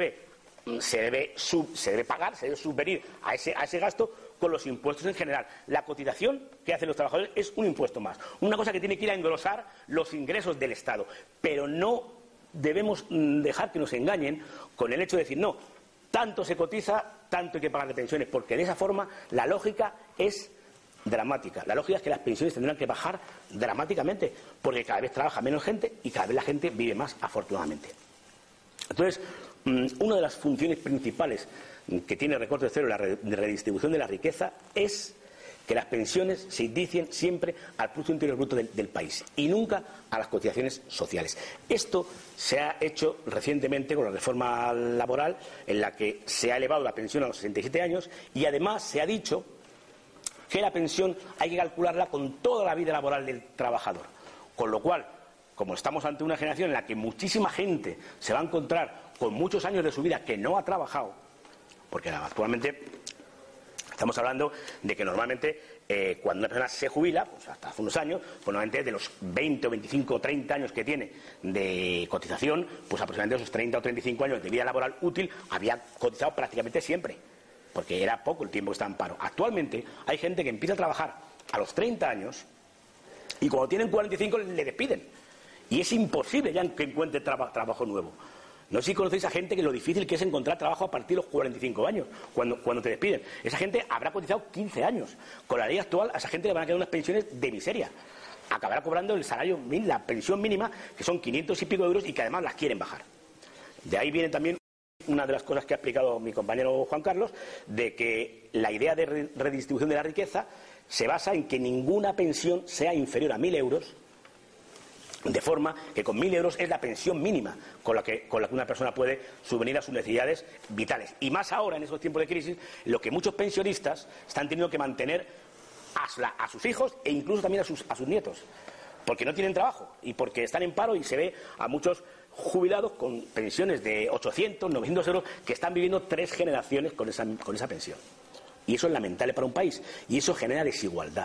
debe pagar, se debe subvenir a ese gasto con los impuestos en general. La cotización que hacen los trabajadores es un impuesto más, una cosa que tiene que ir a engrosar los ingresos del Estado, pero no debemos dejar que nos engañen con el hecho de decir no, tanto se cotiza, tanto hay que pagar de pensiones, porque de esa forma la lógica es dramática. La lógica es que las pensiones tendrán que bajar dramáticamente, porque cada vez trabaja menos gente y cada vez la gente vive más, afortunadamente. Entonces, una de las funciones principales que tiene el recorte cero, la redistribución de la riqueza, es que las pensiones se indicien siempre al Producto Interior Bruto del país y nunca a las cotizaciones sociales. Esto se ha hecho recientemente con la reforma laboral, en la que se ha elevado la pensión a los 67 años y además se ha dicho que la pensión hay que calcularla con toda la vida laboral del trabajador. Con lo cual, como estamos ante una generación en la que muchísima gente se va a encontrar con muchos años de su vida que no ha trabajado, porque actualmente estamos hablando de que normalmente cuando una persona se jubila, pues hasta hace unos años, pues normalmente de los 20 o 25 o 30 años que tiene de cotización, pues aproximadamente esos 30 o 35 años de vida laboral útil había cotizado prácticamente siempre, porque era poco el tiempo que estaba en paro. Actualmente hay gente que empieza a trabajar a los 30 años y cuando tienen 45 le despiden. Y es imposible ya que encuentre trabajo nuevo. No sé si conocéis a gente que lo difícil que es encontrar trabajo a partir de los 45 años, cuando te despiden. Esa gente habrá cotizado 15 años. Con la ley actual, a esa gente le van a quedar unas pensiones de miseria. Acabará cobrando el salario, la pensión mínima, que son 500 y pico euros y que además las quieren bajar. De ahí viene también una de las cosas que ha explicado mi compañero Juan Carlos, de que la idea de redistribución de la riqueza se basa en que ninguna pensión sea inferior a 1.000 euros, de forma que con 1.000 euros es la pensión mínima con la que una persona puede subvenir a sus necesidades vitales. Y más ahora, en estos tiempos de crisis, lo que muchos pensionistas están teniendo que mantener a sus hijos e incluso también a sus nietos, porque no tienen trabajo y porque están en paro, y se ve a muchos jubilados con pensiones de 800, 900 euros que están viviendo 3 generaciones con esa pensión. Y eso es lamentable para un país y eso genera desigualdad.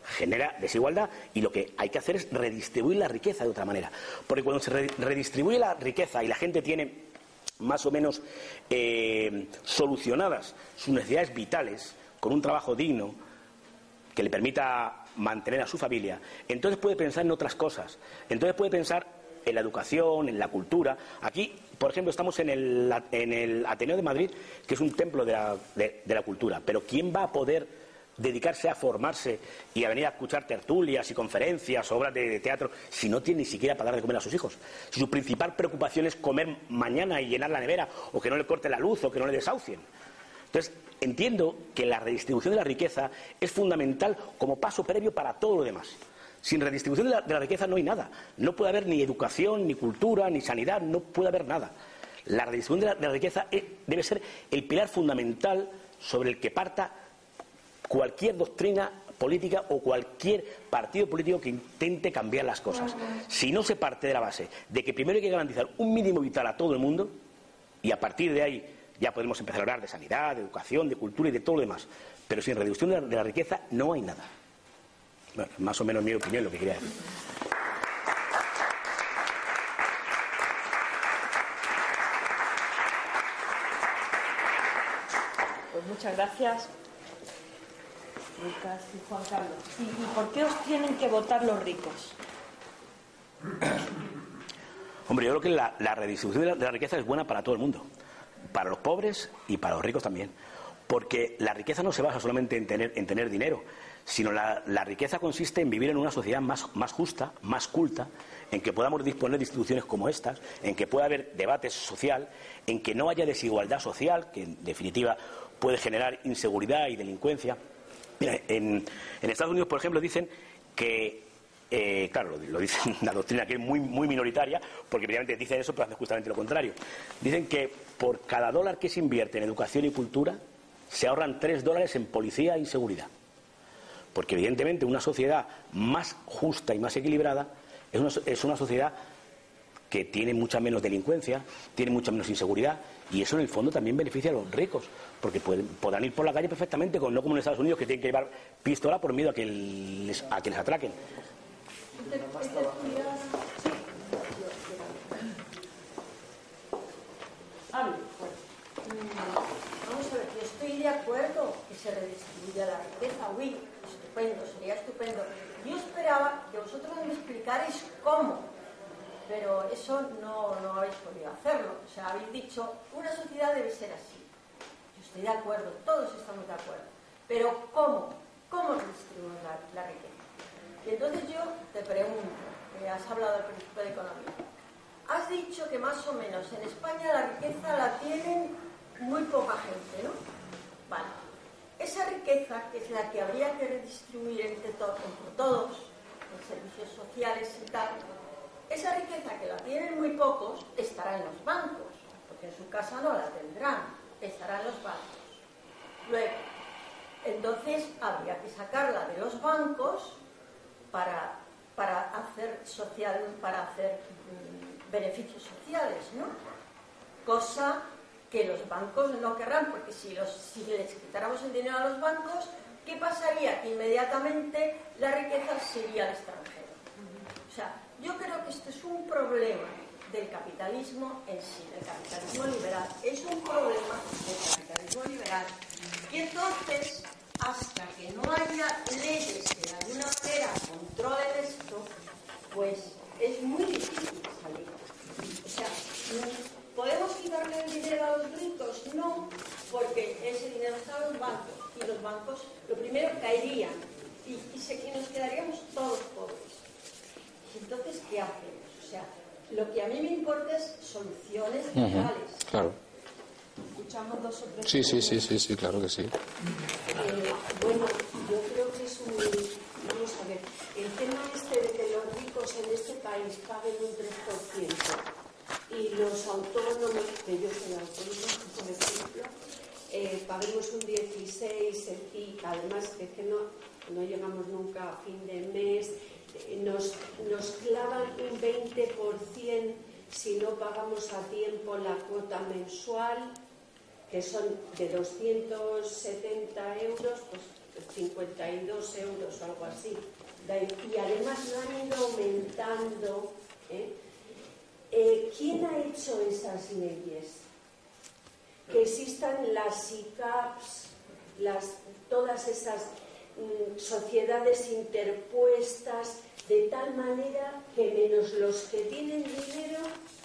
Y lo que hay que hacer es redistribuir la riqueza de otra manera, porque cuando se redistribuye la riqueza y la gente tiene más o menos solucionadas sus necesidades vitales con un trabajo digno que le permita mantener a su familia, entonces puede pensar en otras cosas, entonces puede pensar en la educación, en la cultura. Aquí, por ejemplo, estamos en el Ateneo de Madrid, que es un templo de la cultura, pero ¿quién va a poder dedicarse a formarse y a venir a escuchar tertulias y conferencias, obras de teatro, si no tiene ni siquiera para dar de comer a sus hijos? Si su principal preocupación es comer mañana y llenar la nevera, o que no le corte la luz, o que no le desahucien. Entonces, entiendo que la redistribución de la riqueza es fundamental como paso previo para todo lo demás. Sin redistribución de la riqueza no hay nada. No puede haber ni educación, ni cultura, ni sanidad, no puede haber nada. La redistribución de la riqueza debe ser el pilar fundamental sobre el que parta cualquier doctrina política o cualquier partido político que intente cambiar las cosas. Si no se parte de la base de que primero hay que garantizar un mínimo vital a todo el mundo, y a partir de ahí ya podemos empezar a hablar de sanidad, de educación, de cultura y de todo lo demás, pero sin redistribución de la riqueza no hay nada. Bueno, más o menos mi opinión, lo que quería decir. Pues muchas gracias, Lucas y Juan Carlos. ¿Y por qué os tienen que votar los ricos? Hombre, yo creo que la redistribución de la riqueza es buena para todo el mundo. para los pobres y para los ricos también. Porque la riqueza no se basa solamente en tener dinero, sino la riqueza consiste en vivir en una sociedad más justa, más culta, en que podamos disponer de instituciones como estas, en que pueda haber debate social, en que no haya desigualdad social, que en definitiva puede generar inseguridad y delincuencia. Mira, en Estados Unidos, por ejemplo, dicen que, claro, lo dicen una doctrina que es muy minoritaria, porque precisamente dicen eso, pero hacen justamente lo contrario. Dicen que por cada dólar que se invierte en educación y cultura, se ahorran $3 en policía y seguridad. Porque evidentemente una sociedad más justa y más equilibrada es una sociedad que tiene mucha menos delincuencia, tiene mucha menos inseguridad, y eso en el fondo también beneficia a los ricos, porque podrán ir por la calle perfectamente, no como en Estados Unidos, que tienen que llevar pistola por miedo a que les atraquen. Vamos a ver, yo estoy de acuerdo que se redistribuya la riqueza, uy, estupendo, sería estupendo. Yo esperaba que vosotros me explicarais cómo, pero eso no habéis podido hacerlo. O sea, habéis dicho, una sociedad debe ser así. Yo estoy de acuerdo, todos estamos de acuerdo. Pero ¿cómo? ¿Cómo redistribuimos la riqueza? Y entonces yo te pregunto, que has hablado al principio de economía. Has dicho que más o menos en España la riqueza la tienen muy poca gente, ¿no? Vale. Esa riqueza, que es la que habría que redistribuir entre todos, en servicios sociales y tal, esa riqueza que la tienen muy pocos estará en los bancos, porque en su casa no la tendrán, estará en los bancos. Luego, entonces habría que sacarla de los bancos para hacer beneficios sociales, ¿no? Cosa que los bancos no querrán, porque si les quitáramos el dinero a los bancos, ¿qué pasaría? Que inmediatamente la riqueza se iría al extranjero. O sea, yo creo que esto es un problema del capitalismo en sí, del capitalismo liberal. Es un problema del capitalismo liberal. Y entonces, hasta que no haya leyes que de alguna manera controlen esto, pues es muy difícil salir. O sea, ¿podemos quitarle el dinero a los ricos? No, porque ese dinero está en los bancos, y los bancos lo primero caerían y nos quedaríamos todos pobres. Y entonces, ¿qué hacemos? O sea, lo que a mí me importa es soluciones legales. Claro. Escuchamos dos o tres. Sí, claro que sí. Bueno, yo creo que es vamos a ver, el tema este de que los ricos en este país paguen un 3% y los autónomos, que yo soy autónoma, por ejemplo, paguemos un 16% y además es que no llegamos nunca a fin de mes, nos clavan un 20% si no pagamos a tiempo la cuota mensual, que son de 270 euros, pues 52 euros o algo así. Y además lo han ido aumentando. ¿Quién ha hecho esas leyes? Que existan las ICAPs, todas esas sociedades interpuestas, de tal manera que menos los que tienen dinero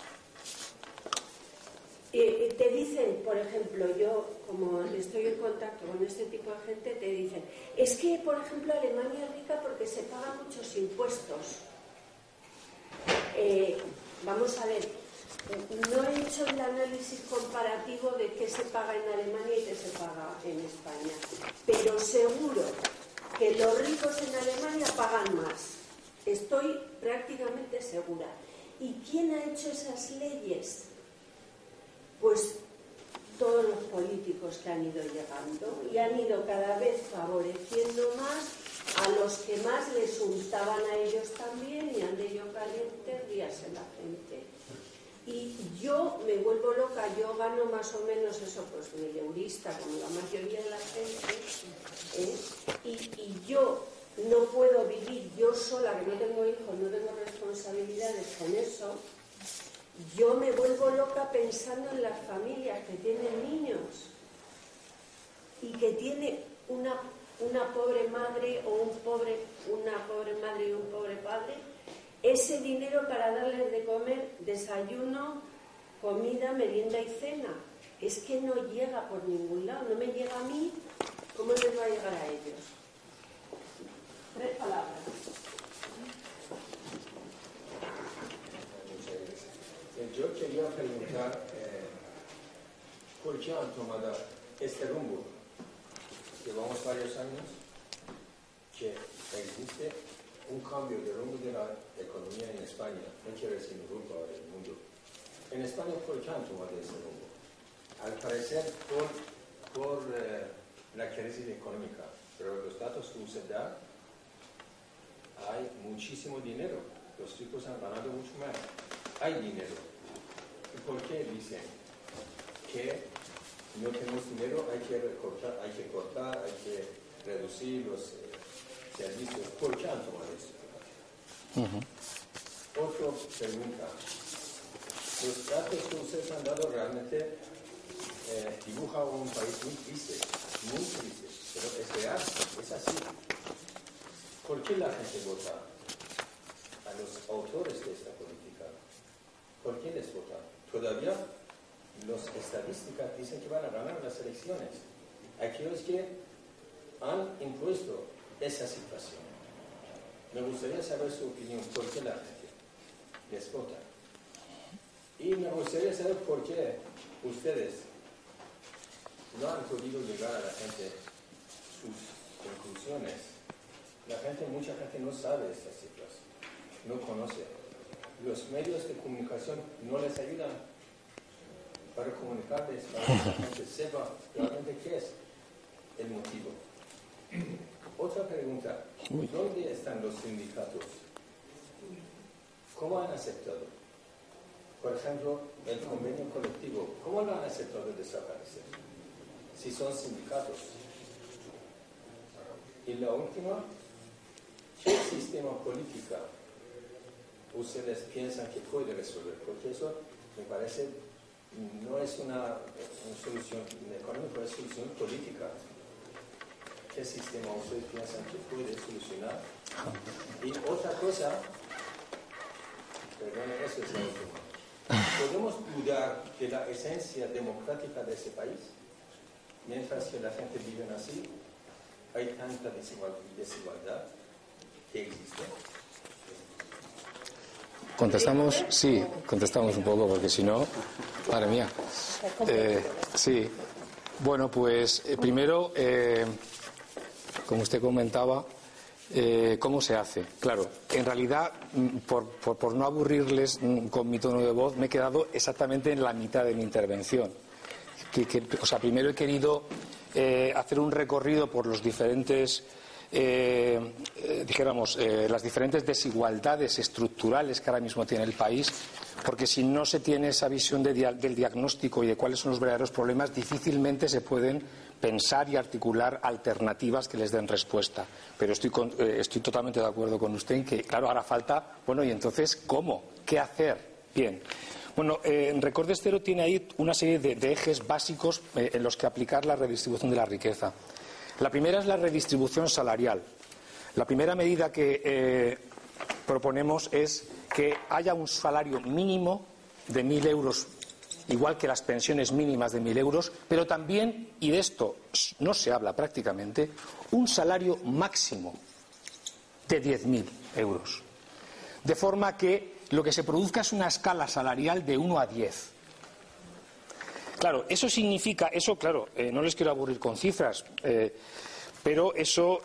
te dicen, por ejemplo, yo como estoy en contacto con este tipo de gente, te dicen, es que por ejemplo Alemania es rica porque se pagan muchos impuestos. Vamos a ver, no he hecho el análisis comparativo de qué se paga en Alemania y qué se paga en España, pero seguro que los ricos en Alemania pagan más. Estoy prácticamente segura. ¿Y quién ha hecho esas leyes? Pues todos los políticos que han ido llegando y han ido cada vez favoreciendo más a los que más les untaban a ellos también, y han de ello caliente ríase la gente. Y yo me vuelvo loca, yo gano más o menos eso, pues 1.000 eurista, como la mayoría de la gente, y yo no puedo vivir yo sola, que no tengo hijos, no tengo responsabilidades con eso. Yo me vuelvo loca pensando en las familias que tienen niños y que tiene una pobre madre o una pobre madre y un pobre padre, ese dinero para darles de comer desayuno, comida, merienda y cena, es que no llega por ningún lado, no me llega a mí, ¿cómo les va a llegar a ellos? 3 palabras. Yo quería preguntar ¿por qué han tomado este rumbo? Llevamos varios años que existe un cambio de rumbo de la economía en España, no quiero decir en Europa o en el mundo. En España, ¿por qué han tomado ese rumbo? Al parecer por la crisis económica, pero los datos que usted da, hay muchísimo dinero, los chicos han ganado mucho más, hay dinero. ¿Y por qué dicen que no tenemos dinero, hay que cortar, hay que reducir los servicios? ¿Por qué han tomado eso? Otra pregunta. Los datos que ustedes han dado realmente dibujan un país muy triste, pero es real, es así. ¿Por qué la gente vota a los autores de esta política? ¿Por qué les vota? Todavía las estadísticas dicen que van a ganar las elecciones. Aquellos que han impuesto esa situación. Me gustaría saber su opinión, por qué la gente les vota. Y me gustaría saber por qué ustedes no han podido llegar a la gente sus conclusiones. Mucha gente no sabe estas cifras, no conoce. Los medios de comunicación no les ayudan para comunicarles, para que la gente sepa realmente qué es el motivo. Otra pregunta, ¿dónde están los sindicatos? ¿Cómo han aceptado? Por ejemplo, el convenio colectivo, ¿cómo lo han aceptado desaparecer? Si son sindicatos. Y la última, ¿qué sistema político ustedes piensan que puede resolver? Porque eso me parece no es una solución económica, es solución política. ¿Qué sistema ustedes piensan que puede solucionar? Y otra cosa, perdón, eso es la última. ¿Podemos dudar de la esencia democrática de ese país? Mientras que la gente vive así, hay tanta desigualdad que existe. ¿Contestamos? Sí, contestamos un poco, porque si no, madre mía. Sí. Bueno, pues primero, como usted comentaba, ¿cómo se hace? Claro, en realidad, por no aburrirles con mi tono de voz, me he quedado exactamente en la mitad de mi intervención. O sea, primero he querido hacer un recorrido por los diferentes, las diferentes desigualdades estructurales que ahora mismo tiene el país, porque si no se tiene esa visión del diagnóstico y de cuáles son los verdaderos problemas, difícilmente se pueden pensar y articular alternativas que les den respuesta. Pero estoy totalmente de acuerdo con usted en que, claro, ahora falta, bueno, y entonces, ¿cómo? ¿Qué hacer? Bien. Bueno, Recortes Cero tiene ahí una serie de ejes básicos en los que aplicar la redistribución de la riqueza. La primera es la redistribución salarial. La primera medida que proponemos es que haya un salario mínimo de 1.000 euros, igual que las pensiones mínimas de 1.000 euros, pero también, y de esto no se habla prácticamente, un salario máximo de 10.000 euros. De forma que lo que se produzca es una escala salarial de 1 a 10. Claro, eso significa, no les quiero aburrir con cifras, pero eso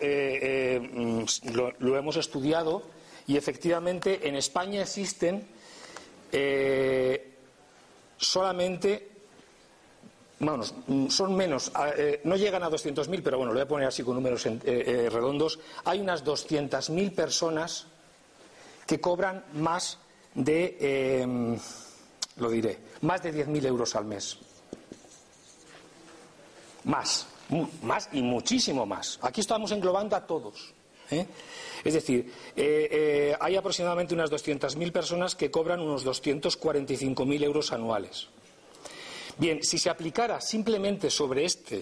lo hemos estudiado y efectivamente en España existen solamente, son menos, no llegan a 200.000, pero bueno, lo voy a poner así con números redondos, hay unas 200.000 personas que cobran más de, más de 10.000 euros al mes. Más y muchísimo más. Aquí estamos englobando a todos. Es decir, hay aproximadamente unas 200.000 personas que cobran unos 245.000 euros anuales. Bien, si se aplicara simplemente sobre este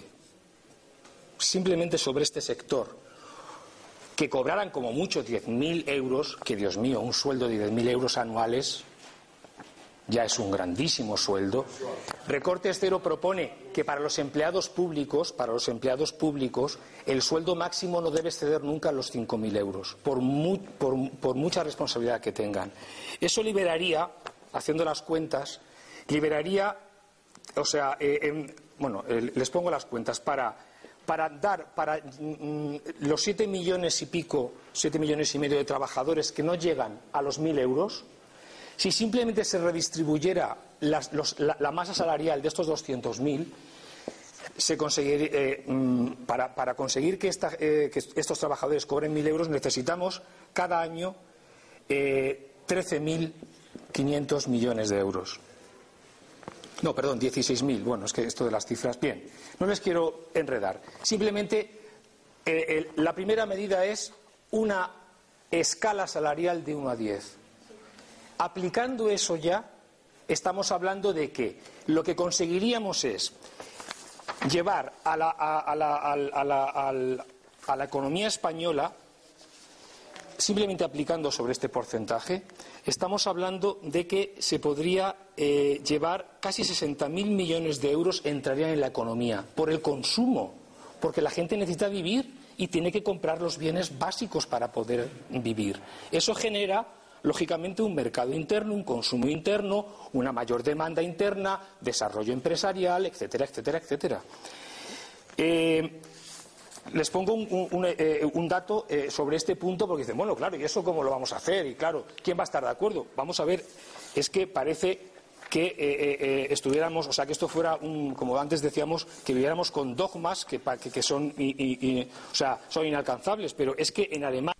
sector, que cobraran como mucho 10.000 euros, que Dios mío, un sueldo de 10.000 euros anuales ya es un grandísimo sueldo. Recortes Cero propone que para los empleados públicos, el sueldo máximo no debe exceder nunca los 5.000 euros, por mucha responsabilidad que tengan. Eso liberaría, haciendo las cuentas, les pongo las cuentas, para los 7 millones y pico, 7 millones y medio de trabajadores que no llegan a los 1.000 euros, si simplemente se redistribuyera la masa salarial de estos 200.000, se conseguiría, para conseguir que estos trabajadores cobren 1.000 euros, necesitamos cada año 13.500 millones de euros. No, perdón, 16.000. Bueno, es que esto de las cifras... Bien, no les quiero enredar. Simplemente, la primera medida es una escala salarial de 1 a 10. Aplicando eso ya, estamos hablando de que lo que conseguiríamos es llevar a la economía española, simplemente aplicando sobre este porcentaje, estamos hablando de que se podría llevar casi 60.000 millones de euros entrarían en la economía por el consumo, porque la gente necesita vivir y tiene que comprar los bienes básicos para poder vivir. Eso genera, lógicamente, un mercado interno, un consumo interno, una mayor demanda interna, desarrollo empresarial, etcétera, etcétera, etcétera. Les pongo un dato sobre este punto, porque dicen, bueno, claro, ¿y eso cómo lo vamos a hacer? Y claro, ¿quién va a estar de acuerdo? Vamos a ver, es que parece que estuviéramos, o sea, que esto fuera, como antes decíamos, que viviéramos con dogmas que son, o sea, son inalcanzables, pero es que en Alemania...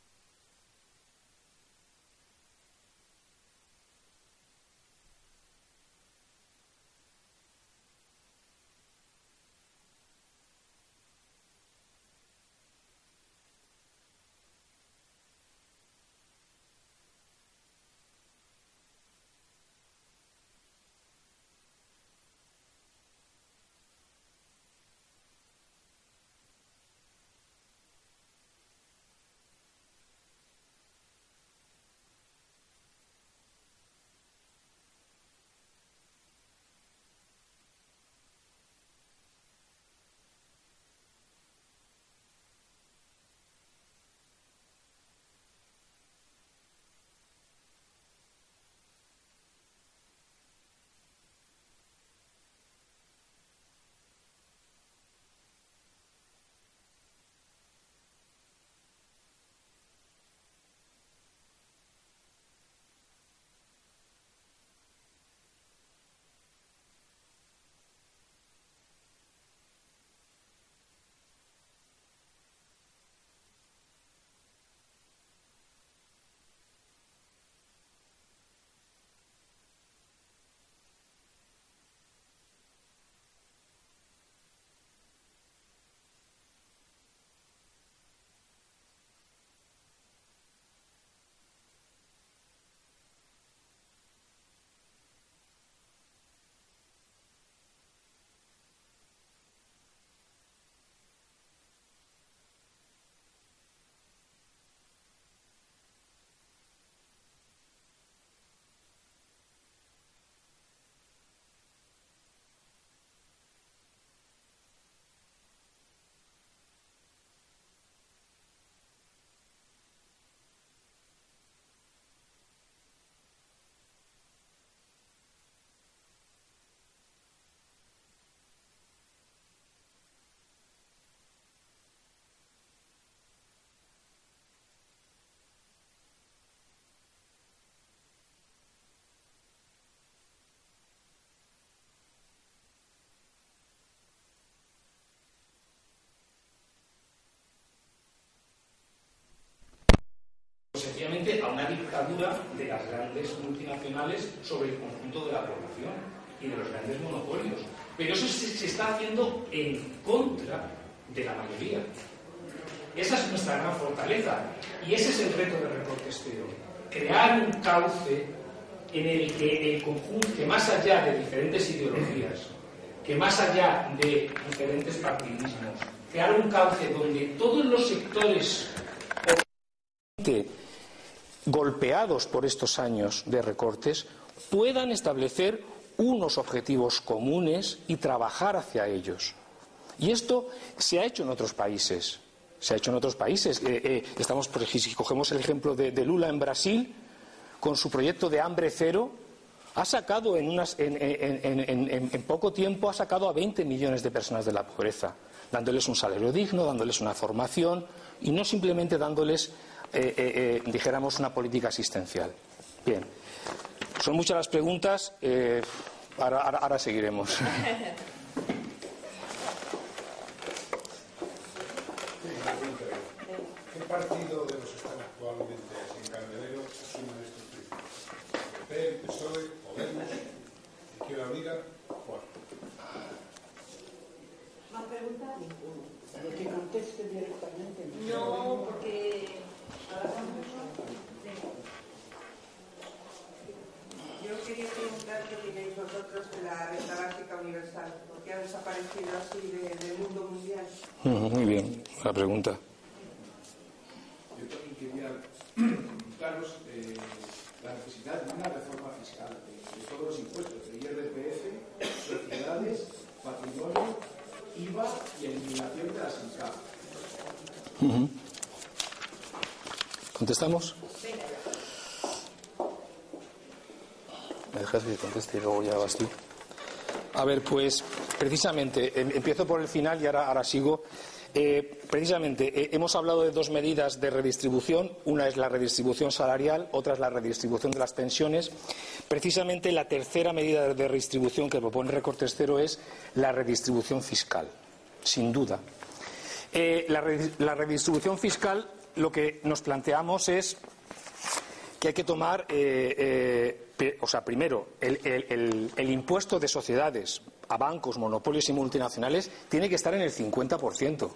sencillamente a una dictadura de las grandes multinacionales sobre el conjunto de la población y de los grandes monopolios. Pero eso se está haciendo en contra de la mayoría. Esa es nuestra gran fortaleza y ese es el reto de Recortes Cero. Crear un cauce en el que el conjunto, que más allá de diferentes ideologías, que más allá de diferentes partidismos, crear un cauce donde todos los sectores golpeados por estos años de recortes puedan establecer unos objetivos comunes y trabajar hacia ellos. Y esto se ha hecho en otros países. Se ha hecho en otros países. Si cogemos el ejemplo de Lula en Brasil, con su proyecto de hambre cero, ha sacado en poco tiempo ha sacado a 20 millones de personas de la pobreza, dándoles un salario digno, dándoles una formación y no simplemente dándoles, dijéramos, una política asistencial. Bien, son muchas las preguntas, ahora seguiremos. ¿Qué partido de los que están actualmente en Candelero asumen estos principios? ¿PP, PSOE, Podemos, Izquierda Unida? ¿Cuál? ¿Más preguntas? Ninguno. Lo que conteste directamente. No, porque... Yo quería preguntar qué opináis vosotros de la renta básica universal, porque ha desaparecido así del mundo mundial. Muy bien, la pregunta. Yo también quería preguntaros la necesidad de una reforma fiscal de todos los impuestos, de IRPF, sociedades, patrimonio, IVA y eliminación de las INCAP. ¿Contestamos? ¿Me dejas que conteste y luego ya vas tú? A ver, pues precisamente, empiezo por el final y ahora sigo. Precisamente, hemos hablado de dos medidas de redistribución. Una es la redistribución salarial, otra es la redistribución de las pensiones. Precisamente la tercera medida de redistribución que propone Recortes Cero es la redistribución fiscal, sin duda. La redistribución fiscal, lo que nos planteamos es que hay que tomar, primero, el impuesto de sociedades a bancos, monopolios y multinacionales tiene que estar en el 50%.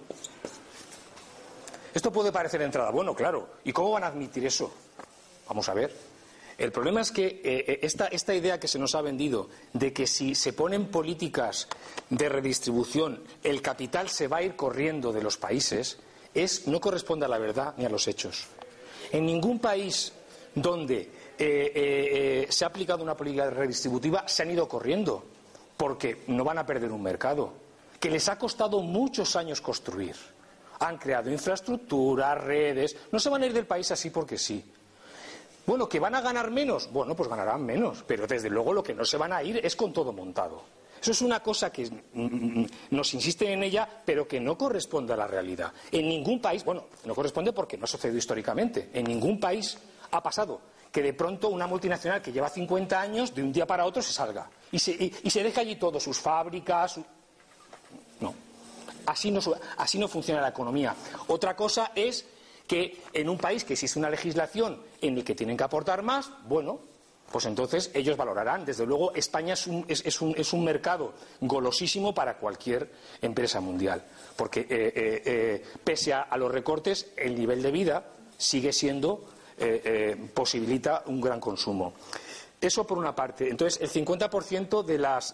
Esto puede parecer de entrada, bueno, claro, ¿y cómo van a admitir eso? Vamos a ver. El problema es que esta idea que se nos ha vendido de que si se ponen políticas de redistribución el capital se va a ir corriendo de los países no corresponde a la verdad ni a los hechos. En ningún país donde se ha aplicado una política redistributiva se han ido corriendo, porque no van a perder un mercado que les ha costado muchos años construir. Han creado infraestructura, redes, no se van a ir del país así porque sí. Bueno, ¿que van a ganar menos? Bueno, pues ganarán menos, pero desde luego lo que no se van a ir es con todo montado. Eso es una cosa que nos insisten en ella, pero que no corresponde a la realidad. En ningún país, bueno, no corresponde porque no ha sucedido históricamente, en ningún país ha pasado que de pronto una multinacional que lleva 50 años, de un día para otro se salga y se deja allí todo, sus fábricas. No, así no funciona la economía. Otra cosa es que en un país que existe una legislación en el que tienen que aportar más, bueno, pues entonces ellos valorarán. Desde luego España es un mercado golosísimo para cualquier empresa mundial, porque pese a los recortes el nivel de vida sigue siendo posibilita un gran consumo. Eso por una parte. Entonces el 50%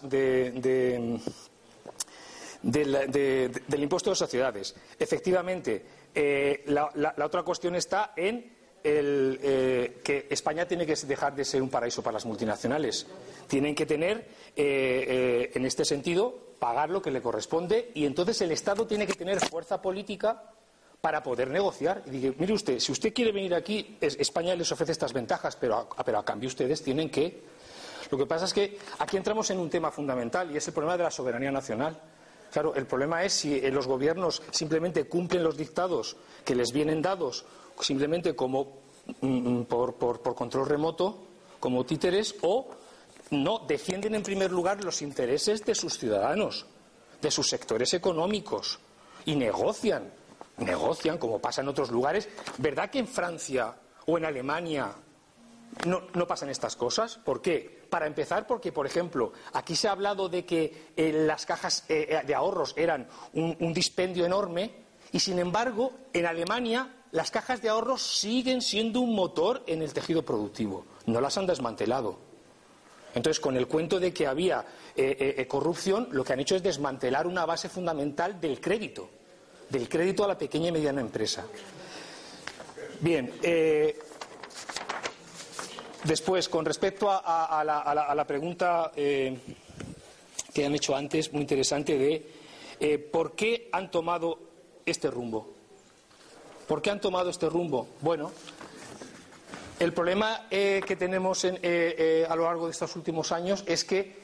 del impuesto de sociedades. Efectivamente, la otra cuestión está en que España tiene que dejar de ser un paraíso para las multinacionales. Tienen que tener, en este sentido, pagar lo que le corresponde, y entonces el Estado tiene que tener fuerza política para poder negociar. Y digo, mire usted, si usted quiere venir aquí, España les ofrece estas ventajas, pero a cambio ustedes tienen que... Lo que pasa es que aquí entramos en un tema fundamental, y es el problema de la soberanía nacional. Claro, el problema es si los gobiernos simplemente cumplen los dictados que les vienen dados simplemente como por control remoto, como títeres, o no defienden en primer lugar los intereses de sus ciudadanos, de sus sectores económicos, y negocian como pasa en otros lugares. ¿Verdad que en Francia o en Alemania no pasan estas cosas? ¿Por qué? Para empezar, porque, por ejemplo, aquí se ha hablado de que las cajas de ahorros eran un dispendio enorme, y sin embargo, en Alemania las cajas de ahorros siguen siendo un motor en el tejido productivo. No las han desmantelado. Entonces, con el cuento de que había corrupción, lo que han hecho es desmantelar una base fundamental del crédito a la pequeña y mediana empresa. Bien, Después, con respecto a la pregunta que han hecho antes, muy interesante, de ¿por qué han tomado este rumbo? ¿Por qué han tomado este rumbo? Bueno, el problema que tenemos a lo largo de estos últimos años es que,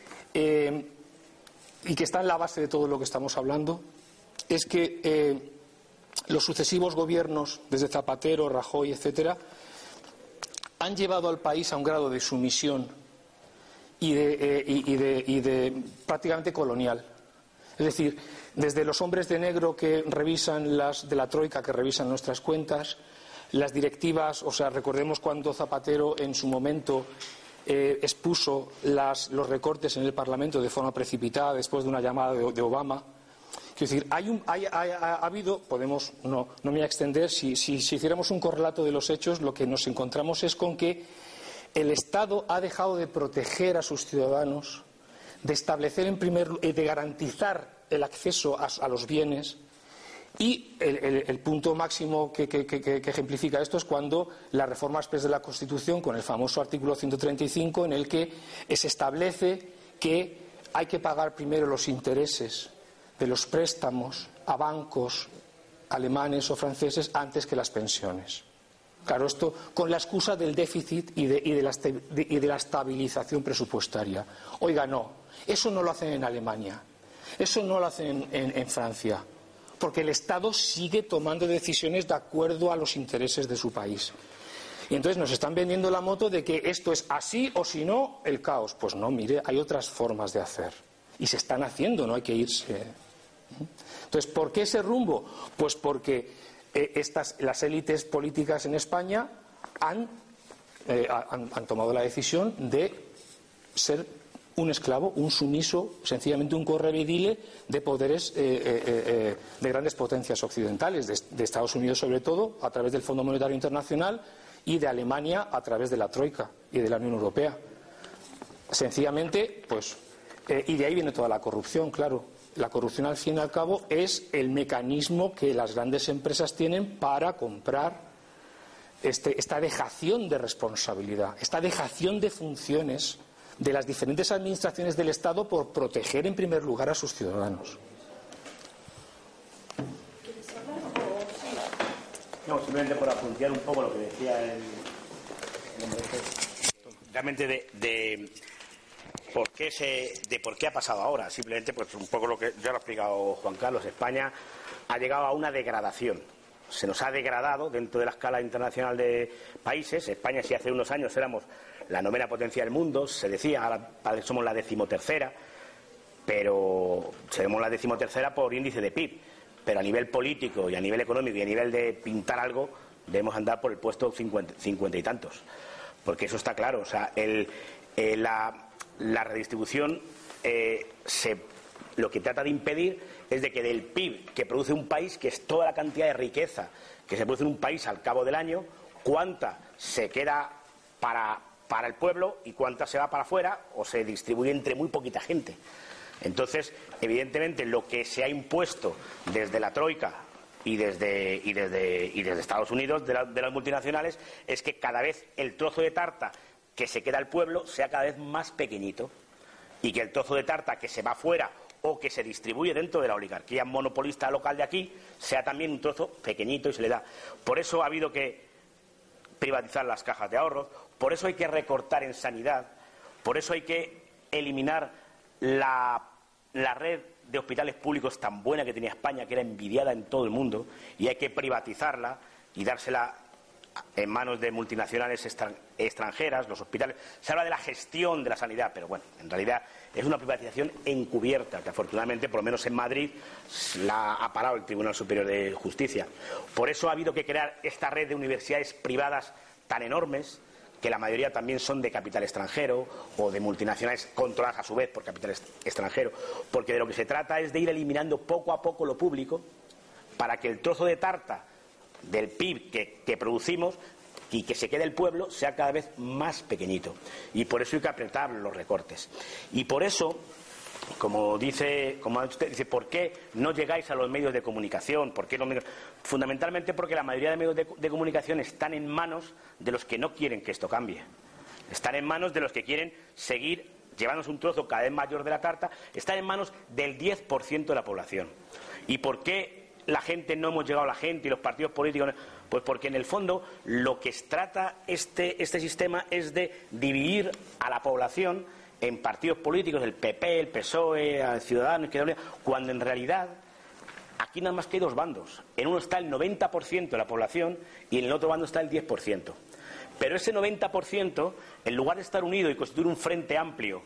y que está en la base de todo lo que estamos hablando, es que los sucesivos gobiernos, desde Zapatero, Rajoy, etcétera, han llevado al país a un grado de sumisión y de prácticamente colonial. Es decir, desde los hombres de negro que revisan de la Troika, que revisan nuestras cuentas, las directivas, o sea, recordemos cuando Zapatero en su momento expuso los recortes en el Parlamento de forma precipitada después de una llamada de Obama. Quiero decir, ha habido, no me voy a extender, si hiciéramos un correlato de los hechos, lo que nos encontramos es con que el Estado ha dejado de proteger a sus ciudadanos, de establecer de garantizar el acceso a los bienes, y el punto máximo que ejemplifica esto es cuando la reforma express de la Constitución, con el famoso artículo 135, en el que se establece que hay que pagar primero los intereses de los préstamos a bancos alemanes o franceses antes que las pensiones. Claro, esto con la excusa del déficit y de la estabilización presupuestaria. Oiga, no, eso no lo hacen en Alemania, eso no lo hacen en Francia, porque el Estado sigue tomando decisiones de acuerdo a los intereses de su país. Y entonces nos están vendiendo la moto de que esto es así o si no, el caos. Pues no, mire, hay otras formas de hacer. Y se están haciendo, no hay que irse. Entonces, ¿por qué ese rumbo? Pues porque las élites políticas en España han tomado la decisión de ser un esclavo, un sumiso, sencillamente un correveidile de poderes de grandes potencias occidentales, de Estados Unidos sobre todo, a través del Fondo Monetario Internacional, y de Alemania a través de la Troika y de la Unión Europea. Sencillamente, pues, y de ahí viene toda la corrupción, claro. La corrupción, al fin y al cabo, es el mecanismo que las grandes empresas tienen para comprar esta dejación de responsabilidad, esta dejación de funciones de las diferentes administraciones del Estado por proteger en primer lugar a sus ciudadanos. No, simplemente por apuntear un poco lo que decía el hombre realmente de por qué ha pasado ahora. Simplemente, pues un poco lo que ya lo ha explicado Juan Carlos. España ha llegado a una degradación. Se nos ha degradado dentro de la escala internacional de países. España, si hace unos años éramos la 9ª potencia del mundo, se decía, ahora somos la 13ª, pero seremos la 13ª por índice de PIB. Pero a nivel político y a nivel económico y a nivel de pintar algo, debemos andar por el puesto 50 y tantos. Porque eso está claro. O sea, la redistribución lo que trata de impedir es de que del PIB que produce un país, que es toda la cantidad de riqueza que se produce en un país al cabo del año, cuánta se queda para el pueblo y cuánta se va para afuera o se distribuye entre muy poquita gente. Entonces, evidentemente, lo que se ha impuesto desde la Troika y desde Estados Unidos, de las multinacionales, es que cada vez el trozo de tarta que se queda al pueblo sea cada vez más pequeñito, y que el trozo de tarta que se va fuera o que se distribuye dentro de la oligarquía monopolista local de aquí sea también un trozo pequeñito y se le da. Por eso ha habido que privatizar las cajas de ahorros, por eso hay que recortar en sanidad, por eso hay que eliminar la red de hospitales públicos tan buena que tenía España, que era envidiada en todo el mundo, y hay que privatizarla y dársela en manos de multinacionales extranjeras, los hospitales. Se habla de la gestión de la sanidad, pero bueno, en realidad es una privatización encubierta, que afortunadamente, por lo menos en Madrid, la ha parado el Tribunal Superior de Justicia. Por eso ha habido que crear esta red de universidades privadas tan enormes, que la mayoría también son de capital extranjero o de multinacionales controladas a su vez por capital extranjero, porque de lo que se trata es de ir eliminando poco a poco lo público para que el trozo de tarta del PIB que producimos y que se quede el pueblo sea cada vez más pequeñito. Y por eso hay que apretar los recortes. Y por eso, como usted dice, ¿por qué no llegáis a los medios de comunicación? ¿Por qué los medios? Fundamentalmente porque la mayoría de medios de comunicación están en manos de los que no quieren que esto cambie. Están en manos de los que quieren seguir llevándose un trozo cada vez mayor de la tarta. Están en manos del 10% de la población. ¿Y por qué la gente no hemos llegado a la gente y los partidos políticos? Pues porque en el fondo lo que trata este sistema es de dividir a la población en partidos políticos, el PP, el PSOE, el Ciudadanos, cuando en realidad aquí nada más que hay dos bandos. En uno está el 90% de la población y en el otro bando está el 10%. Pero ese 90%, en lugar de estar unido y constituir un frente amplio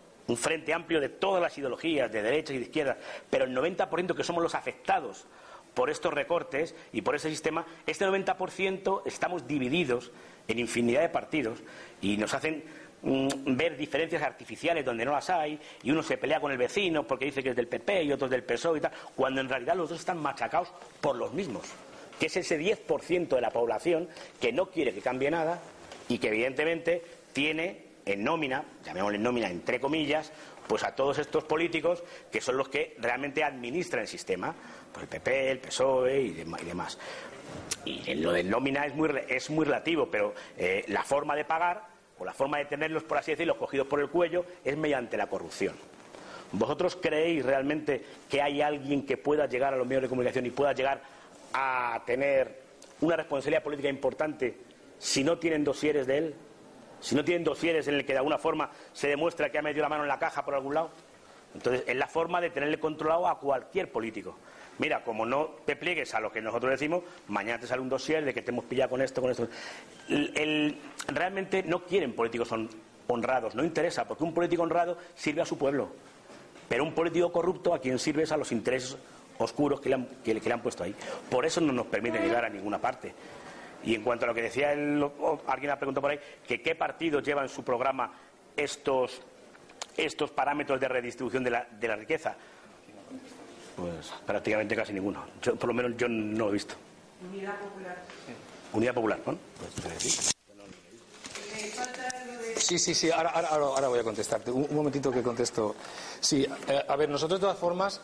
de todas las ideologías, de derechas y de izquierdas, pero el 90% que somos los afectados por estos recortes y por ese sistema, este 90% estamos divididos en infinidad de partidos y nos hacen ver diferencias artificiales donde no las hay, y uno se pelea con el vecino porque dice que es del PP y otros del PSOE y tal, cuando en realidad los dos están machacados por los mismos, que es ese 10% de la población que no quiere que cambie nada y que evidentemente tiene en nómina, llamémosle nómina entre comillas, pues a todos estos políticos que son los que realmente administran el sistema, pues el PP, el PSOE y demás. Y lo de nómina es muy relativo, pero la forma de pagar o la forma de tenerlos, por así decirlo, cogidos por el cuello, es mediante la corrupción. ¿Vosotros creéis realmente que hay alguien que pueda llegar a los medios de comunicación y pueda llegar a tener una responsabilidad política importante si no tienen dosieres de él? Si no tienen dosieres en el que de alguna forma se demuestra que ha metido la mano en la caja por algún lado. Entonces es la forma de tenerle controlado a cualquier político. Mira, como no te pliegues a lo que nosotros decimos, mañana te sale un dossier de que te hemos pillado con esto, con esto. Realmente no quieren políticos honrados, no interesa, porque un político honrado sirve a su pueblo. Pero un político corrupto a quien sirve es a los intereses oscuros que le han puesto ahí. Por eso no nos permite llegar a ninguna parte. Y en cuanto a lo que decía alguien ha preguntado por ahí, que qué partidos llevan en su programa estos parámetros de redistribución de la riqueza. Pues prácticamente casi ninguno. Por lo menos yo no lo he visto. Unidad Popular. Unidad Popular, ¿no? Pues, Sí, ahora voy a contestarte. Un momentito que contesto. Sí, a ver, nosotros de todas formas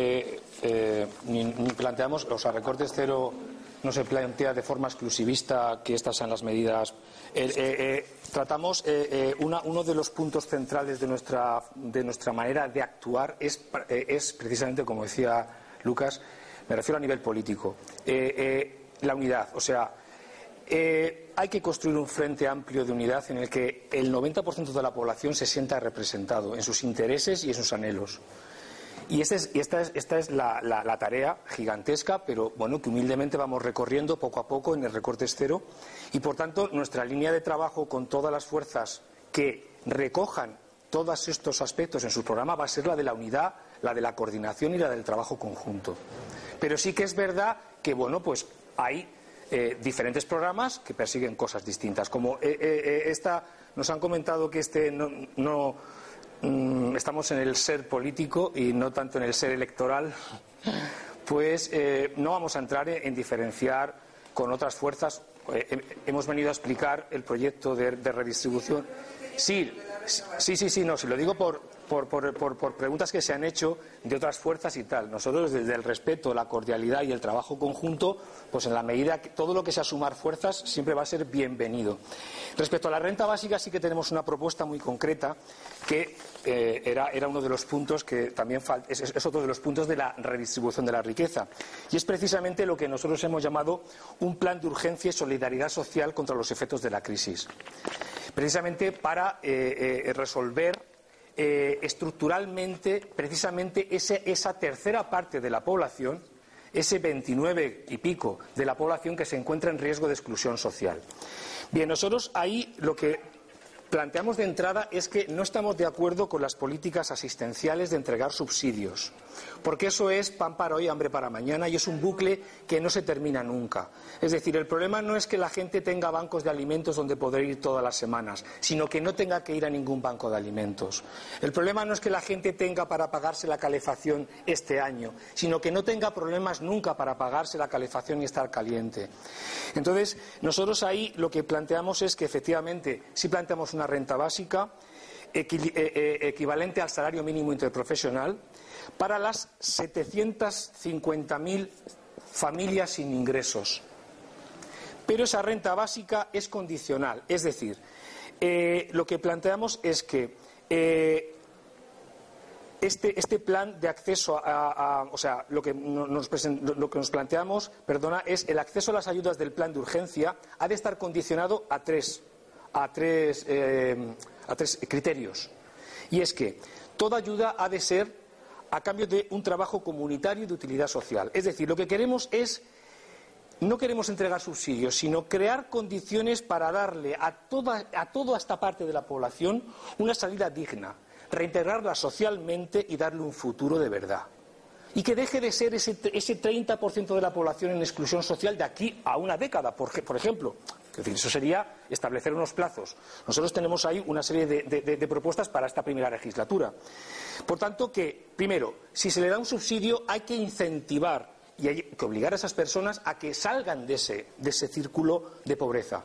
ni planteamos, o sea, recortes cero no se plantea de forma exclusivista que estas sean las medidas. Tratamos, uno de los puntos centrales de nuestra manera de actuar es precisamente, como decía Lucas, me refiero a nivel político, la unidad. O sea, hay que construir un frente amplio de unidad en el que el 90% de la población se sienta representado en sus intereses y en sus anhelos. Y esta es la tarea gigantesca, pero bueno, que humildemente vamos recorriendo poco a poco en el recortes cero. Y por tanto, nuestra línea de trabajo con todas las fuerzas que recojan todos estos aspectos en su programa va a ser la de la unidad, la de la coordinación y la del trabajo conjunto. Pero sí que es verdad que, bueno, pues hay diferentes programas que persiguen cosas distintas. Como nos han comentado que estamos en el ser político y no tanto en el ser electoral, pues no vamos a entrar en diferenciar con otras fuerzas. Hemos venido a explicar el proyecto de redistribución. Sí, no, si lo digo por preguntas que se han hecho de otras fuerzas y tal. Nosotros, desde el respeto, la cordialidad y el trabajo conjunto, pues en la medida que todo lo que sea sumar fuerzas siempre va a ser bienvenido. Respecto a la renta básica, sí que tenemos una propuesta muy concreta que era uno de los puntos que también es otro de los puntos de la redistribución de la riqueza. Y es precisamente lo que nosotros hemos llamado un plan de urgencia y solidaridad social contra los efectos de la crisis. Precisamente para resolver estructuralmente precisamente esa tercera parte de la población, ese 29 y pico de la población que se encuentra en riesgo de exclusión social. Bien, nosotros ahí lo que planteamos de entrada es que no estamos de acuerdo con las políticas asistenciales de entregar subsidios, porque eso es pan para hoy, hambre para mañana, y es un bucle que no se termina nunca. Es decir, el problema no es que la gente tenga bancos de alimentos donde poder ir todas las semanas, sino que no tenga que ir a ningún banco de alimentos. El problema no es que la gente tenga para pagarse la calefacción este año, sino que no tenga problemas nunca para pagarse la calefacción y estar caliente. Entonces, nosotros ahí lo que planteamos es que efectivamente sí planteamos una renta básica equivalente al salario mínimo interprofesional para las 750.000 familias sin ingresos. Pero esa renta básica es condicional, es decir, lo que planteamos es que este plan de acceso o sea, lo que nos planteamos, es el acceso a las ayudas del plan de urgencia ha de estar condicionado a tres criterios. Y es que toda ayuda ha de ser a cambio de un trabajo comunitario y de utilidad social. Es decir, lo que queremos no queremos entregar subsidios, sino crear condiciones para darle a toda esta parte de la población una salida digna, reintegrarla socialmente y darle un futuro de verdad. Y que deje de ser ese 30% de la población en exclusión social de aquí a una década, por ejemplo. Es decir, eso sería establecer unos plazos. Nosotros tenemos ahí una serie de propuestas para esta primera legislatura. Por tanto, primero, si se le da un subsidio hay que incentivar y hay que obligar a esas personas a que salgan de ese círculo de pobreza.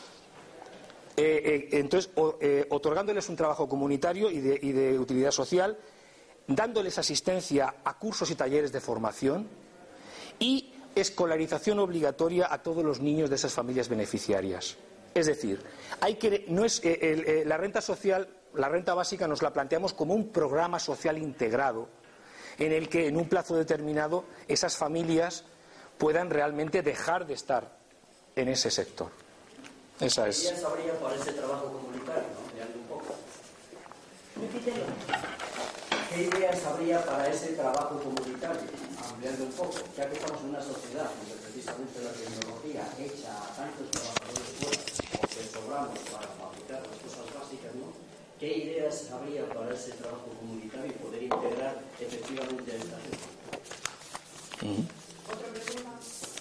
Entonces, otorgándoles un trabajo comunitario y de utilidad social, dándoles asistencia a cursos y talleres de formación y escolarización obligatoria a todos los niños de esas familias beneficiarias. Es decir, la renta social, la renta básica nos la planteamos como un programa social integrado en el que en un plazo determinado esas familias puedan realmente dejar de estar en ese sector. Esa es. ¿Qué ideas habría para ese trabajo comunitario? Ampliando un poco. Repítelo. ¿Qué ideas habría para ese trabajo comunitario? Ampliando un poco. Ya que estamos en una sociedad donde precisamente la tecnología echa a tantos trabajadores fuera, porque sobramos para fabricar las cosas básicas, ¿no? ¿Qué ideas habría para ese trabajo comunitario y poder integrar efectivamente a esta gente? ¿Otra pregunta?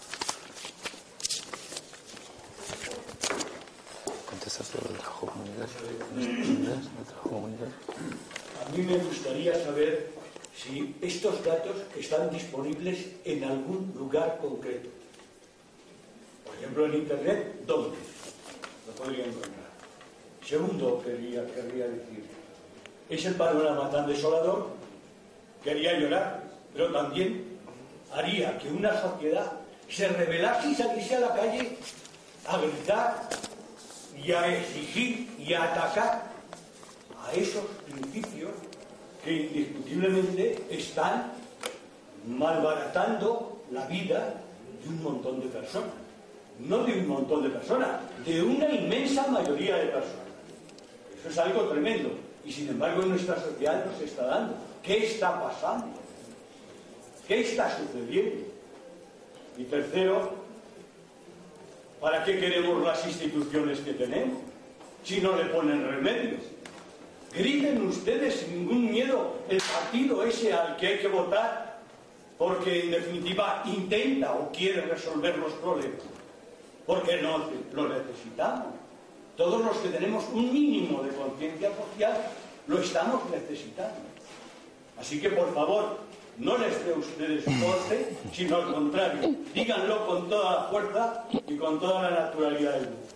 ¿Contestas sobre el trabajo comunitario? A mí me gustaría saber si estos datos están disponibles en algún lugar concreto. Por ejemplo, en Internet, ¿dónde lo podría encontrar? Segundo, querría decir, es el panorama tan desolador que haría llorar, pero también haría que una sociedad se rebelase y saliese a la calle a gritar y a exigir y a atacar a esos principios que indiscutiblemente están malbaratando la vida de un montón de personas. No de un montón de personas, de una inmensa mayoría de personas. Eso es algo tremendo. Y sin embargo en nuestra sociedad no se está dando. ¿Qué está pasando? ¿Qué está sucediendo? Y tercero, ¿para qué queremos las instituciones que tenemos si no le ponen remedio? Griten ustedes sin ningún miedo el partido ese al que hay que votar, porque en definitiva intenta o quiere resolver los problemas, porque no lo necesitamos. Todos los que tenemos un mínimo de conciencia social lo estamos necesitando. Así que por favor, no les dé ustedes corte, sino al contrario, díganlo con toda la fuerza y con toda la naturalidad del mundo.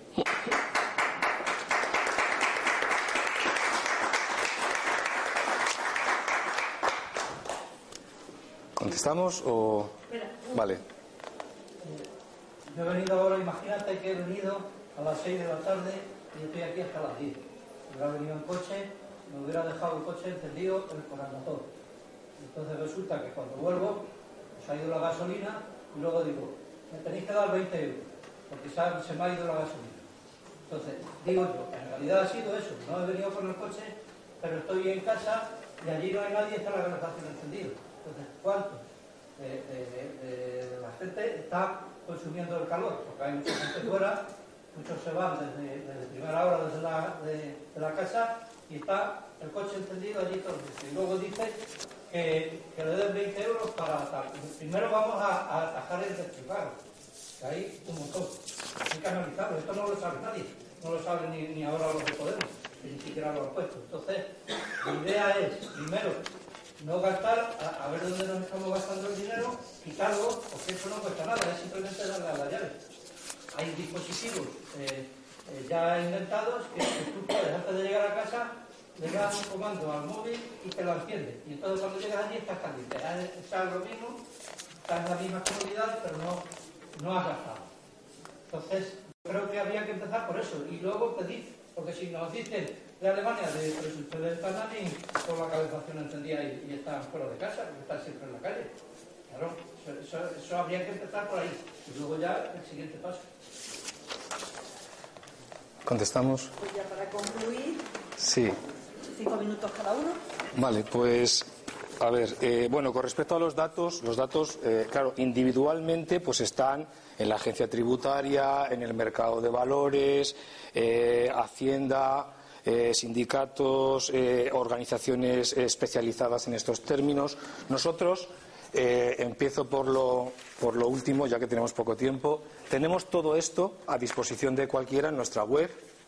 ¿Contestamos o...? Vale. Yo he venido ahora, imagínate que he venido a las 6 de la tarde y estoy aquí hasta las 10. Hubiera venido en coche, me hubiera dejado el coche encendido con el motor. Entonces resulta que cuando vuelvo, se ha ido la gasolina y luego digo, me tenéis que dar 20 euros, porque se me ha ido la gasolina. Entonces, digo yo, en realidad ha sido eso, no he venido con el coche, pero estoy en casa y allí no hay nadie, está la calefacción encendida. Entonces, ¿cuánto de la gente está consumiendo el calor? Porque hay mucha gente fuera, muchos se van desde primera hora de la casa y está el coche encendido allí todo el día. Y luego dice que le den 20 euros para tal. Primero vamos a atajar el despilfarro, que hay un montón. Hay que analizarlo, esto no lo sabe nadie, no lo sabe ni ahora los de Podemos, que ni siquiera lo han puesto. Entonces, la idea es, primero, no gastar, a ver dónde nos estamos gastando el dinero, quitarlo, porque eso no cuesta nada, es simplemente darle a la llave. Hay dispositivos ya inventados que tú puedes, antes de llegar a casa, le das un comando al móvil y te lo enciende. Y entonces cuando llegas allí estás caliente. Estás lo mismo, estás en la misma comodidad, pero no has gastado. Entonces, yo creo que habría que empezar por eso y luego pedir, porque si nos dicen de Alemania, pero si ustedes están ahí con la calefacción encendida y están fuera de casa, porque están siempre en la calle. Claro, eso habría que empezar por ahí y luego ya el siguiente paso. ¿Contestamos? Pues ya para concluir. Sí. 5 minutos cada uno. Vale, pues a ver, bueno, con respecto a los datos, claro, individualmente pues están en la agencia tributaria, en el mercado de valores, Hacienda, sindicatos, organizaciones especializadas en estos términos. Nosotros, empiezo por lo último, ya que tenemos poco tiempo. Tenemos todo esto a disposición de cualquiera en nuestra web,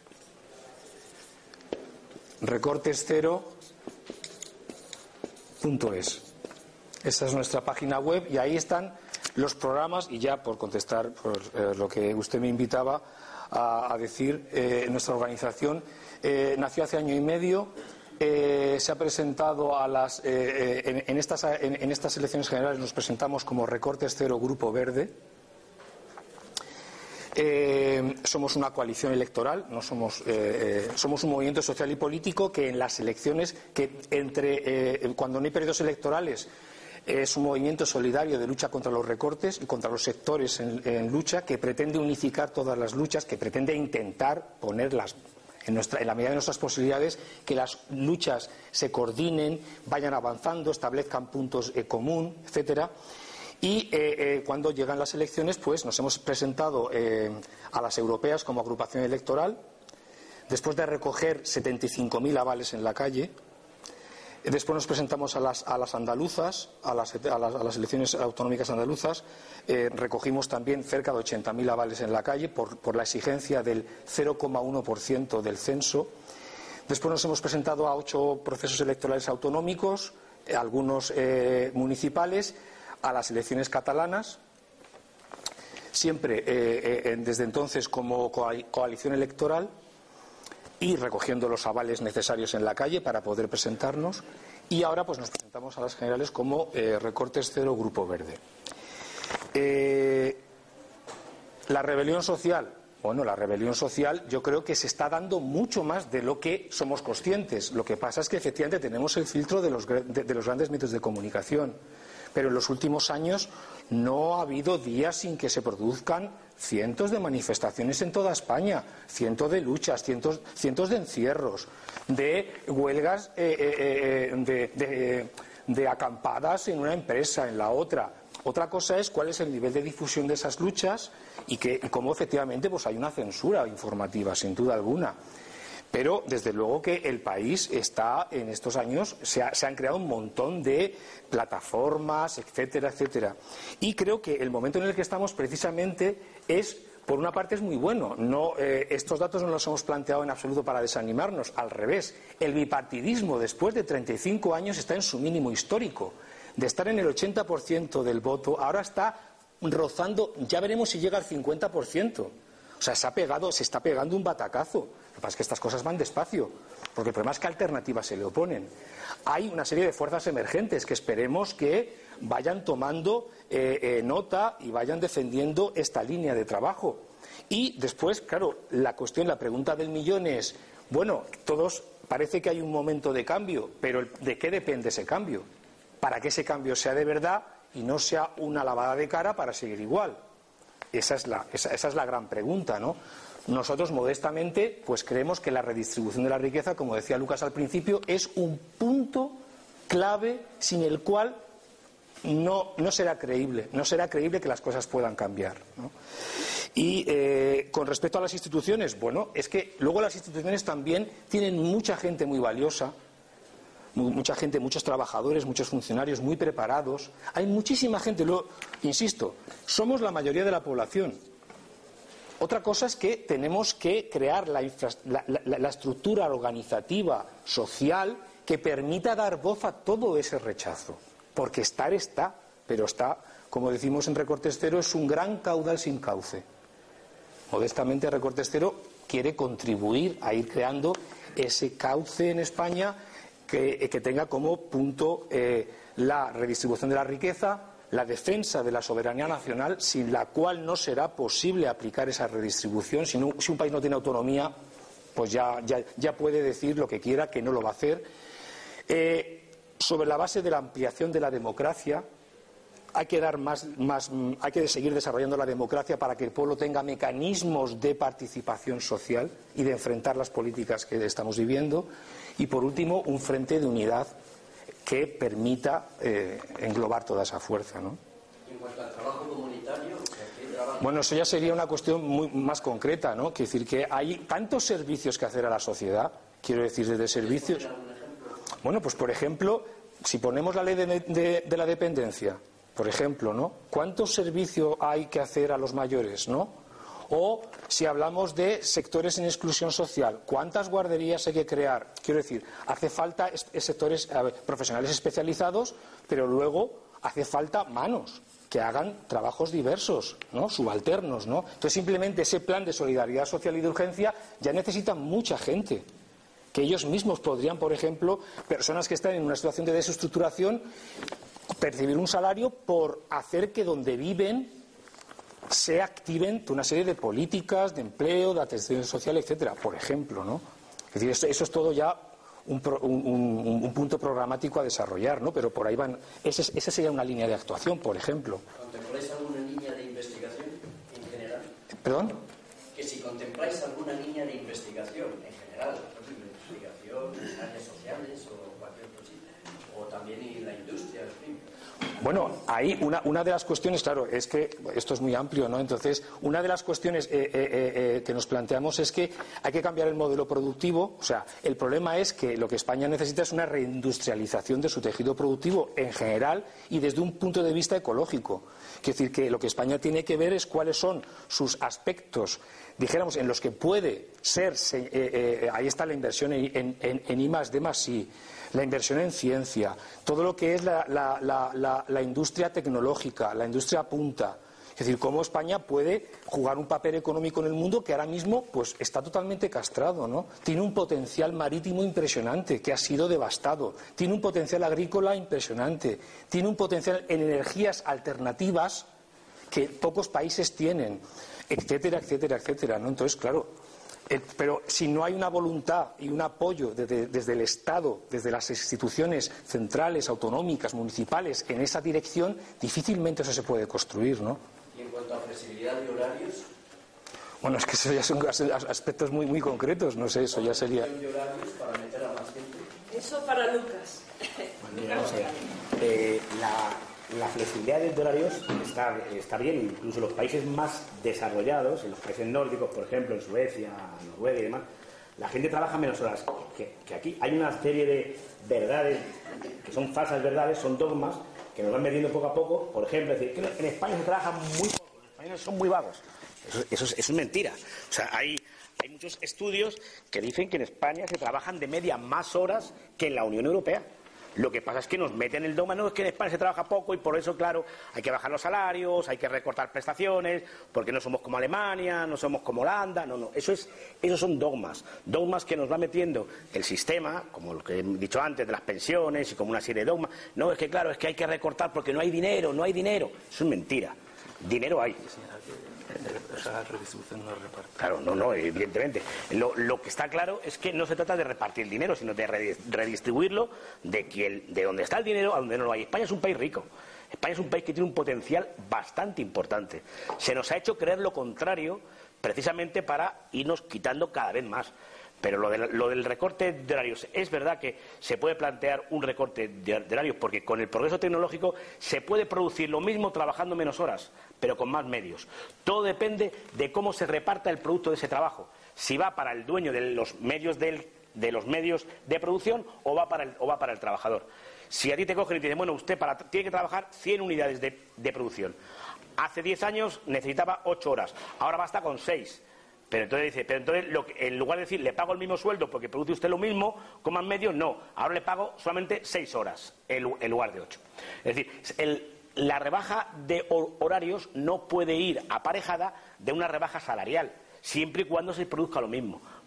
recortescero.es. Esa es nuestra página web y ahí están los programas. Y ya por contestar por lo que usted me invitaba a decir, nuestra organización nació hace año y medio. Se ha presentado en estas elecciones generales nos presentamos como Recortes Cero Grupo Verde. Somos una coalición electoral, no somos un movimiento social y político que en las elecciones, cuando no hay periodos electorales, es un movimiento solidario de lucha contra los recortes y contra los sectores en lucha, que pretende unificar todas las luchas, que pretende intentar ponerlas en la medida de nuestras posibilidades, que las luchas se coordinen, vayan avanzando, establezcan puntos común, etcétera. Y cuando llegan las elecciones, pues nos hemos presentado a las europeas como agrupación electoral, después de recoger 75.000 avales en la calle. Después nos presentamos a las andaluzas, a las elecciones autonómicas andaluzas. Recogimos también cerca de 80.000 avales en la calle por la exigencia del 0,1% del censo. Después nos hemos presentado a 8 procesos electorales autonómicos, algunos municipales, a las elecciones catalanas, siempre desde entonces como coalición electoral, y recogiendo los avales necesarios en la calle para poder presentarnos. Y ahora pues nos presentamos a las generales como Recortes Cero Grupo Verde. La rebelión social. Bueno, la rebelión social yo creo que se está dando mucho más de lo que somos conscientes. Lo que pasa es que efectivamente tenemos el filtro de los grandes medios de comunicación. Pero en los últimos años no ha habido días sin que se produzcan cientos de manifestaciones en toda España, cientos de luchas, cientos de encierros, de huelgas, de acampadas en una empresa, en la otra. Otra cosa es cuál es el nivel de difusión de esas luchas y cómo efectivamente pues hay una censura informativa, sin duda alguna. Pero desde luego que el país está en estos años, se han creado un montón de plataformas, etcétera, etcétera. Y creo que el momento en el que estamos precisamente por una parte es muy bueno. Estos datos no los hemos planteado en absoluto para desanimarnos, al revés. El bipartidismo después de 35 años está en su mínimo histórico. De estar en el 80% del voto, ahora está rozando, ya veremos si llega al 50%. O sea, se está pegando un batacazo. Lo que pasa es que estas cosas van despacio, porque el problema es que alternativas se le oponen. Hay una serie de fuerzas emergentes que esperemos que vayan tomando nota y vayan defendiendo esta línea de trabajo. Y después, claro, la pregunta del millón es, bueno, todos parece que hay un momento de cambio, pero ¿de qué depende ese cambio? Para que ese cambio sea de verdad y no sea una lavada de cara para seguir igual. Esa es la gran pregunta, ¿no? Nosotros, modestamente, pues creemos que la redistribución de la riqueza, como decía Lucas al principio, es un punto clave sin el cual no será creíble que las cosas puedan cambiar, ¿no? Y con respecto a las instituciones, bueno, es que luego las instituciones también tienen mucha gente muy valiosa, mucha gente, muchos trabajadores, muchos funcionarios muy preparados. Hay muchísima gente, insisto, somos la mayoría de la población. Otra cosa es que tenemos que crear la estructura organizativa, social, que permita dar voz a todo ese rechazo. Porque está, pero está, como decimos en Recortes Cero, es un gran caudal sin cauce. Modestamente, Recortes Cero quiere contribuir a ir creando ese cauce en España que tenga como punto la redistribución de la riqueza, la defensa de la soberanía nacional, sin la cual no será posible aplicar esa redistribución. Si un país no tiene autonomía, pues ya puede decir lo que quiera, que no lo va a hacer. Sobre la base de la ampliación de la democracia, hay que seguir desarrollando la democracia para que el pueblo tenga mecanismos de participación social y de enfrentar las políticas que estamos viviendo. Y por último, un frente de unidad que permita englobar toda esa fuerza, ¿no? En cuanto al trabajo comunitario, bueno, eso ya sería una cuestión muy más concreta, ¿no? Quiero decir que hay tantos servicios que hacer a la sociedad, quiero decir, desde servicios. Bueno, pues por ejemplo, si ponemos la ley de la dependencia, por ejemplo, ¿no? ¿Cuántos servicios hay que hacer a los mayores, ¿no? O si hablamos de sectores en exclusión social, ¿cuántas guarderías hay que crear? Quiero decir, hace falta sectores profesionales especializados, pero luego hace falta manos que hagan trabajos diversos, ¿no? Subalternos, ¿no? Entonces, simplemente ese plan de solidaridad social y de urgencia ya necesita mucha gente. Que ellos mismos podrían, por ejemplo, personas que están en una situación de desestructuración, percibir un salario por hacer que donde viven se activen una serie de políticas de empleo, de atención social, etcétera, por ejemplo, ¿no? Es decir, eso es todo ya un punto programático a desarrollar, ¿no? Pero por ahí van. Esa sería una línea de actuación, por ejemplo. ¿Contempláis alguna línea de investigación en general? ¿Perdón? Que si contempláis alguna línea de investigación en general, investigación en áreas sociales o cualquier cosita, o también en la industria, en fin. Bueno, ahí una de las cuestiones, claro, es que esto es muy amplio, ¿no? Entonces, una de las cuestiones que nos planteamos es que hay que cambiar el modelo productivo. O sea, el problema es que lo que España necesita es una reindustrialización de su tejido productivo en general y desde un punto de vista ecológico. Quiero decir que lo que España tiene que ver es cuáles son sus aspectos, dijéramos, en los que puede ser, ahí está la inversión en I+D+I, la inversión en ciencia, todo lo que es la industria tecnológica, la industria punta. Es decir, cómo España puede jugar un papel económico en el mundo que ahora mismo pues está totalmente castrado, ¿no? Tiene un potencial marítimo impresionante que ha sido devastado, tiene un potencial agrícola impresionante, tiene un potencial en energías alternativas que pocos países tienen, etcétera, etcétera, etcétera, ¿no? Entonces, claro, pero si no hay una voluntad y un apoyo desde el Estado, desde las instituciones centrales, autonómicas, municipales, en esa dirección, difícilmente eso se puede construir, ¿no? Y en cuanto a flexibilidad de horarios. Bueno, es que eso ya son aspectos muy, muy concretos, no sé, eso ya sería. De horarios para meter a más gente. Eso para Lucas. Bueno, vamos a ver. La flexibilidad de horarios está bien, incluso en los países más desarrollados, en los países nórdicos, por ejemplo, en Suecia, Noruega y demás, la gente trabaja menos horas que aquí. Hay una serie de verdades que son falsas verdades, son dogmas que nos van metiendo poco a poco. Por ejemplo, decir que en España se trabaja muy poco, los españoles son muy vagos. Eso es mentira. O sea, hay muchos estudios que dicen que en España se trabajan de media más horas que en la Unión Europea. Lo que pasa es que nos meten el dogma, no, es que en España se trabaja poco y por eso, claro, hay que bajar los salarios, hay que recortar prestaciones, porque no somos como Alemania, no somos como Holanda, no, esos son dogmas que nos va metiendo el sistema, como lo que he dicho antes de las pensiones y como una serie de dogmas. No, es que claro, es que hay que recortar porque no hay dinero, eso es mentira, dinero hay. Esa redistribución no reparte. Claro, no, evidentemente. Lo que está claro es que no se trata de repartir dinero, sino de redistribuirlo de donde está el dinero a donde no lo hay. España es un país rico. España es un país que tiene un potencial bastante importante. Se nos ha hecho creer lo contrario precisamente para irnos quitando cada vez más. Pero lo del recorte de horarios, es verdad que se puede plantear un recorte de horarios porque con el progreso tecnológico se puede producir lo mismo trabajando menos horas, pero con más medios. Todo depende de cómo se reparta el producto de ese trabajo. Si va para el dueño de los medios de producción o va para el trabajador. Si a ti te cogen y te dicen, bueno, usted tiene que trabajar 100 unidades de producción. Hace 10 años necesitaba 8 horas, ahora basta con 6. Pero entonces en lugar de decir le pago el mismo sueldo porque produce usted lo mismo con más medios, no, ahora le pago solamente 6 horas en lugar de 8. Es decir, la rebaja de horarios no puede ir aparejada de una rebaja salarial, siempre y cuando se produzca lo mismo.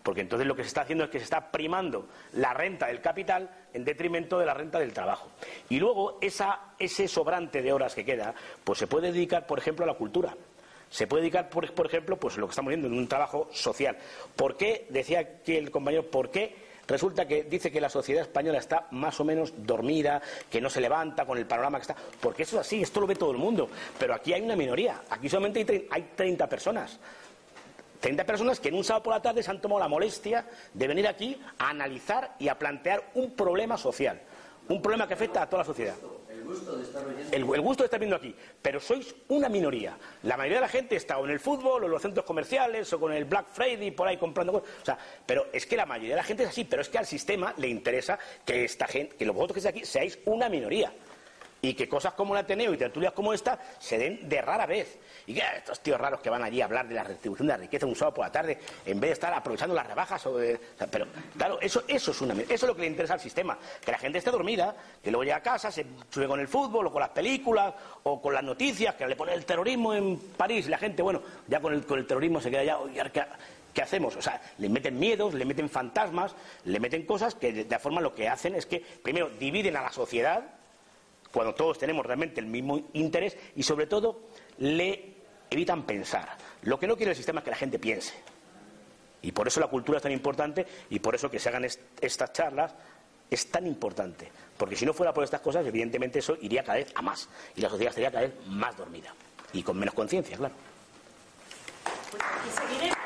porque entonces lo que se está haciendo es que se está primando la renta del capital en detrimento de la renta del trabajo. Y luego ese sobrante de horas que queda, pues se puede dedicar, por ejemplo, a la cultura. Se puede dedicar, por ejemplo, pues lo que estamos viendo en un trabajo social. ¿Por qué, decía aquí el compañero, por qué resulta que dice que la sociedad española está más o menos dormida, que no se levanta con el panorama que está? Porque eso es así, esto lo ve todo el mundo. Pero aquí hay una minoría, aquí solamente hay 30 personas. 30 personas que en un sábado por la tarde se han tomado la molestia de venir aquí a analizar y a plantear un problema social. Un problema que afecta a toda la sociedad. El gusto de estar oyendo. El gusto de estar viendo aquí. Pero sois una minoría. La mayoría de la gente está o en el fútbol, o en los centros comerciales, o con el Black Friday por ahí comprando cosas. O sea, pero es que la mayoría de la gente es así. Pero es que al sistema le interesa que esta gente, que vosotros que estáis aquí, seáis una minoría. Y que cosas como el Ateneo y tertulias como esta se den de rara vez. Y que estos tíos raros que van allí a hablar de la redistribución de la riqueza un sábado por la tarde, en vez de estar aprovechando las rebajas. Pero claro, eso es eso es lo que le interesa al sistema. Que la gente esté dormida, que luego llega a casa, se sube con el fútbol, o con las películas, o con las noticias, que le pone el terrorismo en París. Y la gente, bueno, ya con el terrorismo se queda ya... ¿Qué hacemos? O sea, le meten miedos, le meten fantasmas, le meten cosas que de la forma lo que hacen es que, primero, dividen a la sociedad, cuando todos tenemos realmente el mismo interés, y sobre todo le evitan pensar. Lo que no quiere el sistema es que la gente piense. Y por eso la cultura es tan importante, y por eso que se hagan estas charlas es tan importante. Porque si no fuera por estas cosas, evidentemente eso iría cada vez a más. Y la sociedad estaría cada vez más dormida. Y con menos conciencia, claro. Pues aquí seguiremos.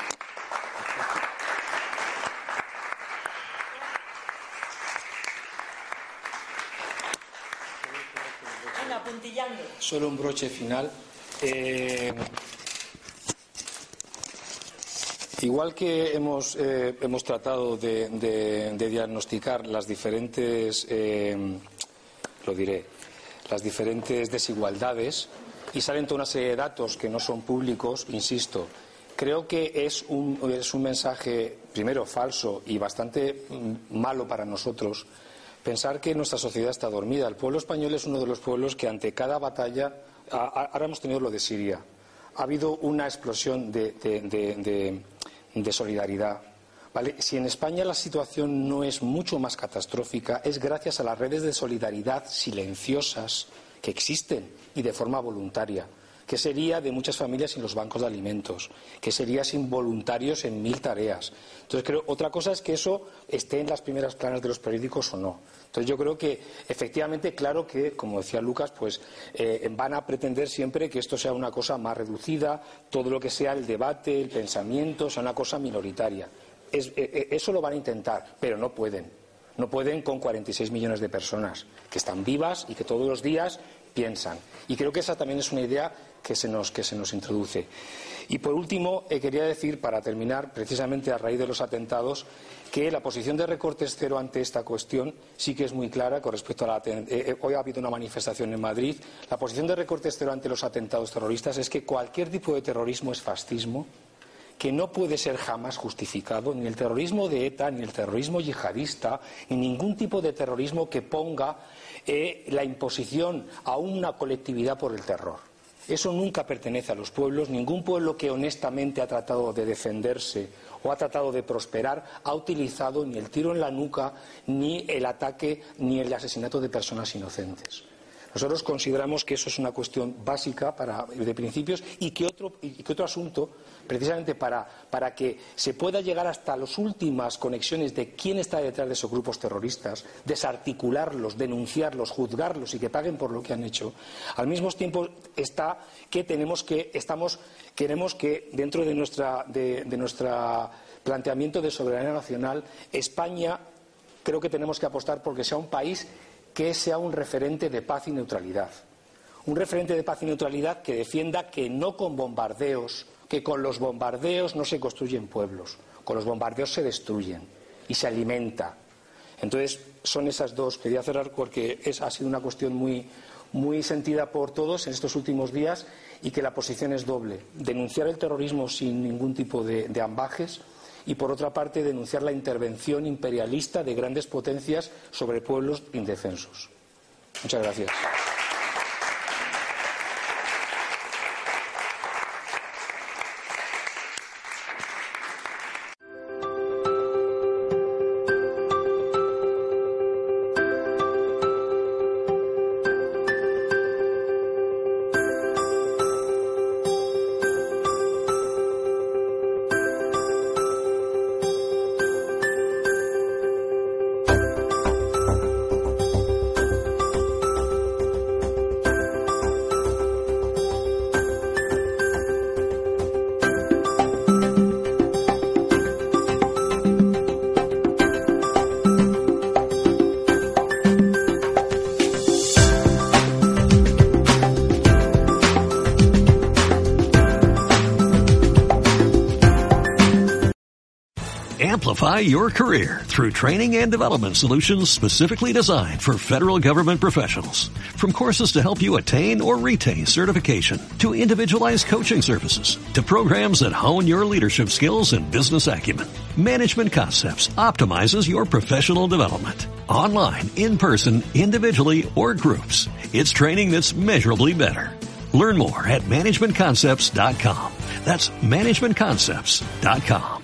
Puntillando. Solo un broche final. Igual que hemos tratado de diagnosticar las diferentes, las diferentes desigualdades, y salen toda una serie de datos que no son públicos, insisto, creo que es un mensaje, primero, falso y bastante malo para nosotros, pensar que nuestra sociedad está dormida. El pueblo español es uno de los pueblos que ante cada batalla, ahora hemos tenido lo de Siria, ha habido una explosión de solidaridad. ¿Vale? Si en España la situación no es mucho más catastrófica, es gracias a las redes de solidaridad silenciosas que existen y de forma voluntaria. ¿Qué sería de muchas familias sin los bancos de alimentos? ¿Qué sería sin voluntarios en 1000 tareas? Entonces, creo, otra cosa es que eso esté en las primeras planas de los periódicos o no. Entonces, yo creo que, efectivamente, claro que, como decía Lucas, pues van a pretender siempre que esto sea una cosa más reducida, todo lo que sea el debate, el pensamiento, sea una cosa minoritaria. Eso lo van a intentar, pero no pueden. No pueden con 46 millones de personas que están vivas y que todos los días piensan. Y creo que esa también es una idea que se nos introduce. Y por último, quería decir, para terminar, precisamente a raíz de los atentados, que la posición de Recortes Cero ante esta cuestión sí que es muy clara con respecto a la... hoy ha habido una manifestación en Madrid. La posición de Recortes Cero ante los atentados terroristas es que cualquier tipo de terrorismo es fascismo, que no puede ser jamás justificado, ni el terrorismo de ETA, ni el terrorismo yihadista, ni ningún tipo de terrorismo que ponga la imposición a una colectividad por el terror. Eso nunca pertenece a los pueblos. Ningún pueblo que honestamente ha tratado de defenderse o ha tratado de prosperar ha utilizado ni el tiro en la nuca, ni el ataque, ni el asesinato de personas inocentes. Nosotros consideramos que eso es una cuestión básica de principios y que otro asunto, precisamente para que se pueda llegar hasta las últimas conexiones de quién está detrás de esos grupos terroristas, desarticularlos, denunciarlos, juzgarlos y que paguen por lo que han hecho, al mismo tiempo está que queremos que dentro de nuestro planteamiento de soberanía nacional, España creo que tenemos que apostar porque sea un país que sea un referente de paz y neutralidad. Un referente de paz y neutralidad que defienda que no con bombardeos, que con los bombardeos no se construyen pueblos, con los bombardeos se destruyen y se alimenta. Entonces, son esas dos. Quería cerrar porque ha sido una cuestión muy sentida por todos en estos últimos días y que la posición es doble. Denunciar el terrorismo sin ningún tipo de ambajes y, por otra parte, denunciar la intervención imperialista de grandes potencias sobre pueblos indefensos. Muchas gracias. Amplify your career through training and development solutions specifically designed for federal government professionals. From courses to help you attain or retain certification, to individualized coaching services, to programs that hone your leadership skills and business acumen, Management Concepts optimizes your professional development. Online, in person, individually, or groups, it's training that's measurably better. Learn more at managementconcepts.com. That's managementconcepts.com.